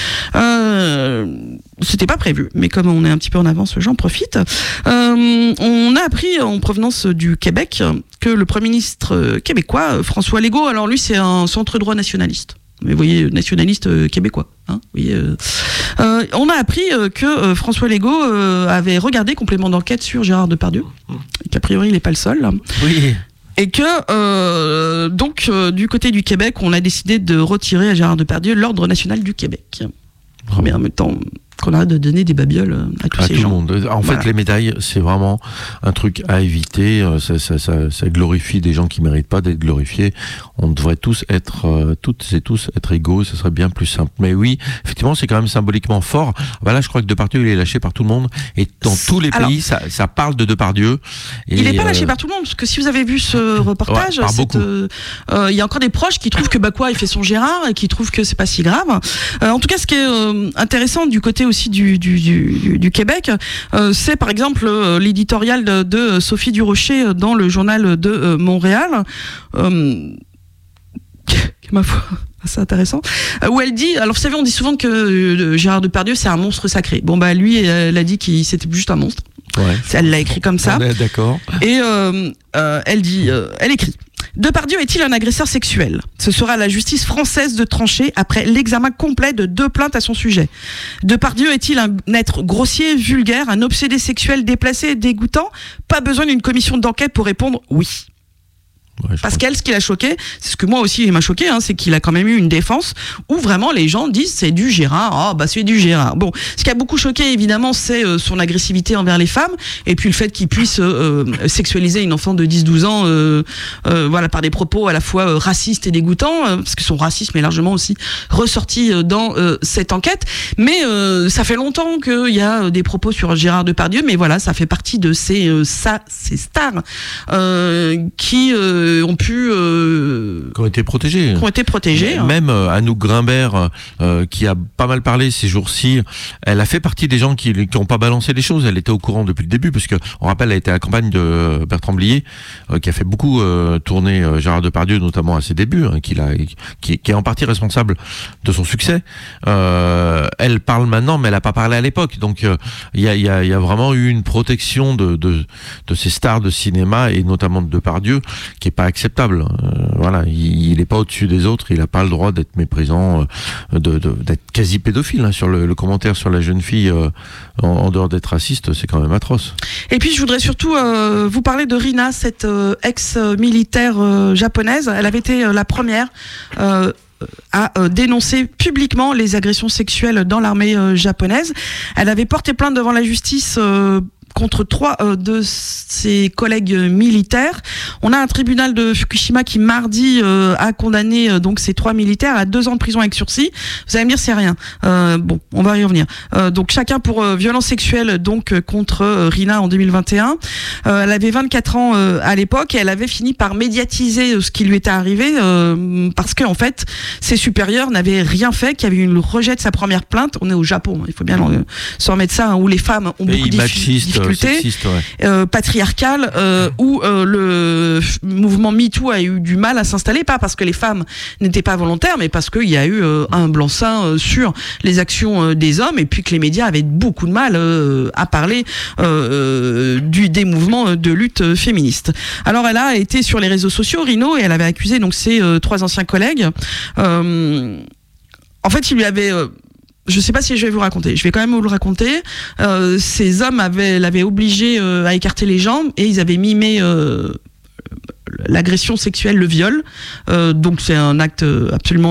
C'était pas prévu, mais comme on est un petit peu en avance, j'en profite. On a appris en provenance du Québec que le Premier ministre québécois, François Legault, alors lui c'est un centre droit nationaliste. Mais vous voyez, nationaliste québécois. On a appris que François Legault avait regardé Complément d'enquête sur Gérard Depardieu, et qu'a priori il n'est pas le seul. Oui. Et que du côté du Québec, on a décidé de retirer à Gérard Depardieu l'Ordre national du Québec. Mais en même temps, qu'on arrête de donner des babioles à tous ces gens. Tout le monde. En fait, les médailles, c'est vraiment un truc à éviter. Ça glorifie des gens qui méritent pas d'être glorifiés. On devrait tous être, toutes et tous être égaux. Ce serait bien plus simple. Mais oui, effectivement, c'est quand même symboliquement fort. Là, je crois que Depardieu, il est lâché par tout le monde. Et dans tous les pays, ça parle de Depardieu. Et il n'est pas lâché par tout le monde, parce que si vous avez vu ce reportage, il y a encore des proches qui trouvent que il fait son Gérard et qui trouvent que c'est pas si grave. En tout cas, ce qui est intéressant du côté aussi du Québec, c'est par exemple l'éditorial de Sophie Durocher dans le journal de Montréal, ma foi, assez intéressant, où elle dit, alors vous savez, on dit souvent que Gérard Depardieu c'est un monstre sacré. Lui, elle a dit qu'il c'était juste un monstre. Ouais, elle l'a écrit comme ça. D'accord. Et elle écrit: Depardieu est-il un agresseur sexuel? Ce sera à la justice française de trancher après l'examen complet de 2 plaintes à son sujet. Depardieu est-il un être grossier, vulgaire, un obsédé sexuel déplacé et dégoûtant? Pas besoin d'une commission d'enquête pour répondre oui. Parce qu'elle, ce qui l'a choqué, c'est ce que moi aussi il m'a choqué, c'est qu'il a quand même eu une défense où vraiment les gens disent c'est du Gérard, c'est du Gérard. Bon, ce qui a beaucoup choqué évidemment, c'est son agressivité envers les femmes et puis le fait qu'il puisse sexualiser une enfant de 10-12 ans, par des propos à la fois racistes et dégoûtants, parce que son racisme est largement aussi ressorti dans cette enquête. Mais ça fait longtemps qu'il y a des propos sur Gérard Depardieu, mais voilà, ça fait partie de ces stars qui ont été protégés. Même Anouk Grimbert, qui a pas mal parlé ces jours-ci, elle a fait partie des gens qui n'ont pas balancé les choses. Elle était au courant depuis le début, parce que on rappelle, elle a été à la campagne de Bertrand Blier, qui a fait beaucoup tourner Gérard Depardieu, notamment à ses débuts, qui est en partie responsable de son succès. Elle parle maintenant, mais elle n'a pas parlé à l'époque. Donc il y a vraiment eu une protection de ces stars de cinéma, et notamment de Depardieu, qui est pas acceptable. Il n'est pas au-dessus des autres, il n'a pas le droit d'être méprisant, d'être quasi pédophile, sur le commentaire sur la jeune fille, en dehors d'être raciste, c'est quand même atroce. Et puis je voudrais surtout vous parler de Rina, cette ex-militaire japonaise. Elle avait été la première à dénoncer publiquement les agressions sexuelles dans l'armée japonaise. Elle avait porté plainte devant la justice contre 3 de ses collègues militaires. On a un tribunal de Fukushima qui mardi a condamné donc ces 3 militaires à 2 ans de prison avec sursis. Vous allez me dire c'est rien. On va y revenir. Donc chacun pour violence sexuelle donc contre Rina en 2021. Elle avait 24 ans à l'époque et elle avait fini par médiatiser ce qui lui était arrivé parce que en fait ses supérieurs n'avaient rien fait, qu'il y avait eu le rejet de sa première plainte. On est au Japon, il faut bien se remettre ça, où les femmes ont beaucoup de difficultés. Patriarcale, où le mouvement MeToo a eu du mal à s'installer, pas parce que les femmes n'étaient pas volontaires, mais parce qu'il y a eu un blanc-seing sur les actions des hommes, et puis que les médias avaient beaucoup de mal à parler des mouvements de lutte féministe. Alors elle a été sur les réseaux sociaux, Rino, et elle avait accusé donc ses 3 anciens collègues. En fait, il lui avait je sais pas si je vais vous raconter. Je vais quand même vous le raconter. Ces hommes l'avaient obligé à écarter les jambes et ils avaient mimé l'agression sexuelle, le viol. Donc c'est un acte absolument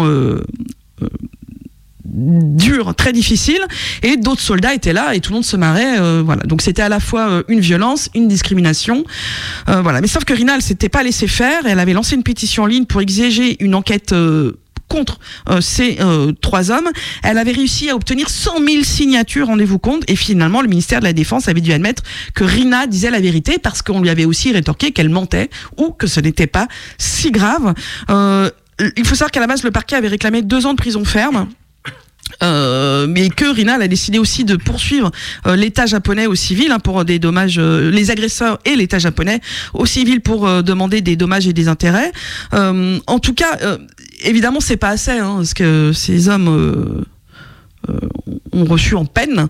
dur, très difficile. Et d'autres soldats étaient là et tout le monde se marrait. Donc c'était à la fois une violence, une discrimination. Mais sauf que Rina, elle s'était pas laissée faire. Elle avait lancé une pétition en ligne pour exiger une enquête contre ces 3 hommes. Elle avait réussi à obtenir 100 000 signatures, rendez-vous compte, et finalement le ministère de la Défense avait dû admettre que Rina disait la vérité parce qu'on lui avait aussi rétorqué qu'elle mentait ou que ce n'était pas si grave. Il faut savoir qu'à la base le parquet avait réclamé 2 ans de prison ferme. Mais que Rina a décidé aussi de poursuivre l'État japonais au civil pour des dommages, les agresseurs et l'État japonais au civil pour demander des dommages et des intérêts. En tout cas, évidemment, c'est pas assez, parce que ces hommes ont reçu en peine.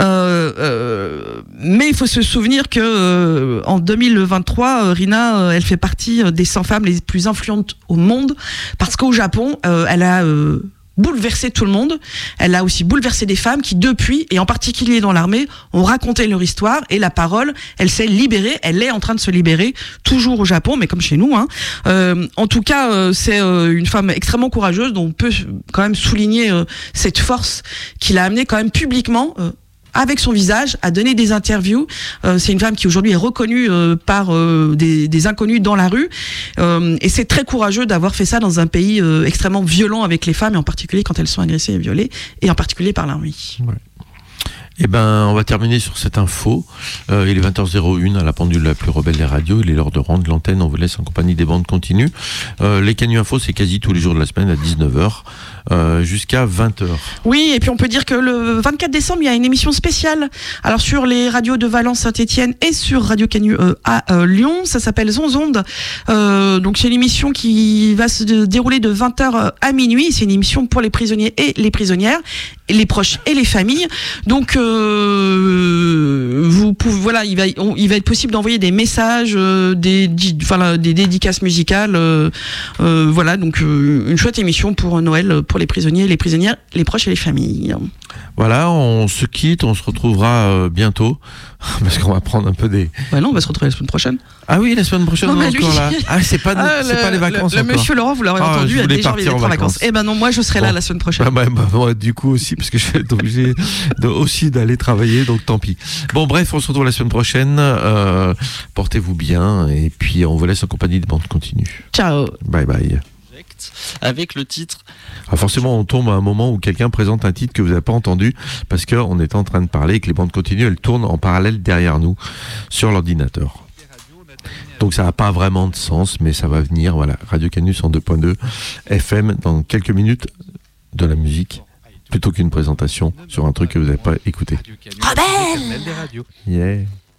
Mais il faut se souvenir que en 2023, Rina, elle fait partie des 100 femmes les plus influentes au monde, parce qu'au Japon, elle a bouleversé tout le monde. Elle a aussi bouleversé des femmes qui, depuis, et en particulier dans l'armée, ont raconté leur histoire, et la parole, elle s'est libérée, elle est en train de se libérer, toujours au Japon, mais comme chez nous. En tout cas, c'est une femme extrêmement courageuse, dont on peut quand même souligner cette force qui l'a amenée quand même publiquement, avec son visage, à donner des interviews. C'est une femme qui aujourd'hui est reconnue par des inconnus dans la rue. Et c'est très courageux d'avoir fait ça dans un pays extrêmement violent avec les femmes, et en particulier quand elles sont agressées et violées, et en particulier par l'armée. Ouais. Eh ben, on va terminer sur cette info. Il est 20h01 à la pendule la plus rebelle des radios. Il est l'heure de rendre l'antenne. On vous laisse en compagnie des bandes continues. Les Canu Info, c'est quasi tous les jours de la semaine à 19h jusqu'à 20h. Oui, et puis on peut dire que le 24 décembre, il y a une émission spéciale. Alors sur les radios de Valence, Saint-Étienne et sur Radio Canu à Lyon. Ça s'appelle Zonzonde. Donc c'est une émission qui va se dérouler de 20h à minuit. C'est une émission pour les prisonniers et les prisonnières, et les proches et les familles. Donc vous pouvez, voilà, il va être possible d'envoyer des messages, des dédicaces musicales, voilà, donc une chouette émission pour Noël, pour les prisonniers, les prisonnières, les proches et les familles. Voilà, on se quitte, on se retrouvera bientôt, parce qu'on va prendre un peu des... Ouais, non, on va se retrouver la semaine prochaine. Ah oui, la semaine prochaine, non, on est lui... encore là. Ah, c'est pas les vacances. Le monsieur Laurent, vous l'aurez entendu, a déjà envie d'être en vacances. Eh ben non, moi je serai là la semaine prochaine. Moi, du coup aussi, parce que je vais être obligé aussi d'aller travailler, donc tant pis. Bon, bref, on se retrouve la semaine prochaine. Portez-vous bien, et puis on vous laisse en compagnie de bandes continues. Ciao. Bye bye. Avec le titre. Ah, forcément, on tombe à un moment où quelqu'un présente un titre que vous n'avez pas entendu, parce qu'on est en train de parler et que les bandes continues, elles tournent en parallèle derrière nous sur l'ordinateur. Donc ça n'a pas vraiment de sens, mais ça va venir. Voilà, Radio Canu 102.2 FM dans quelques minutes, de la musique, plutôt qu'une présentation sur un truc que vous n'avez pas écouté. Rebelle. Yeah.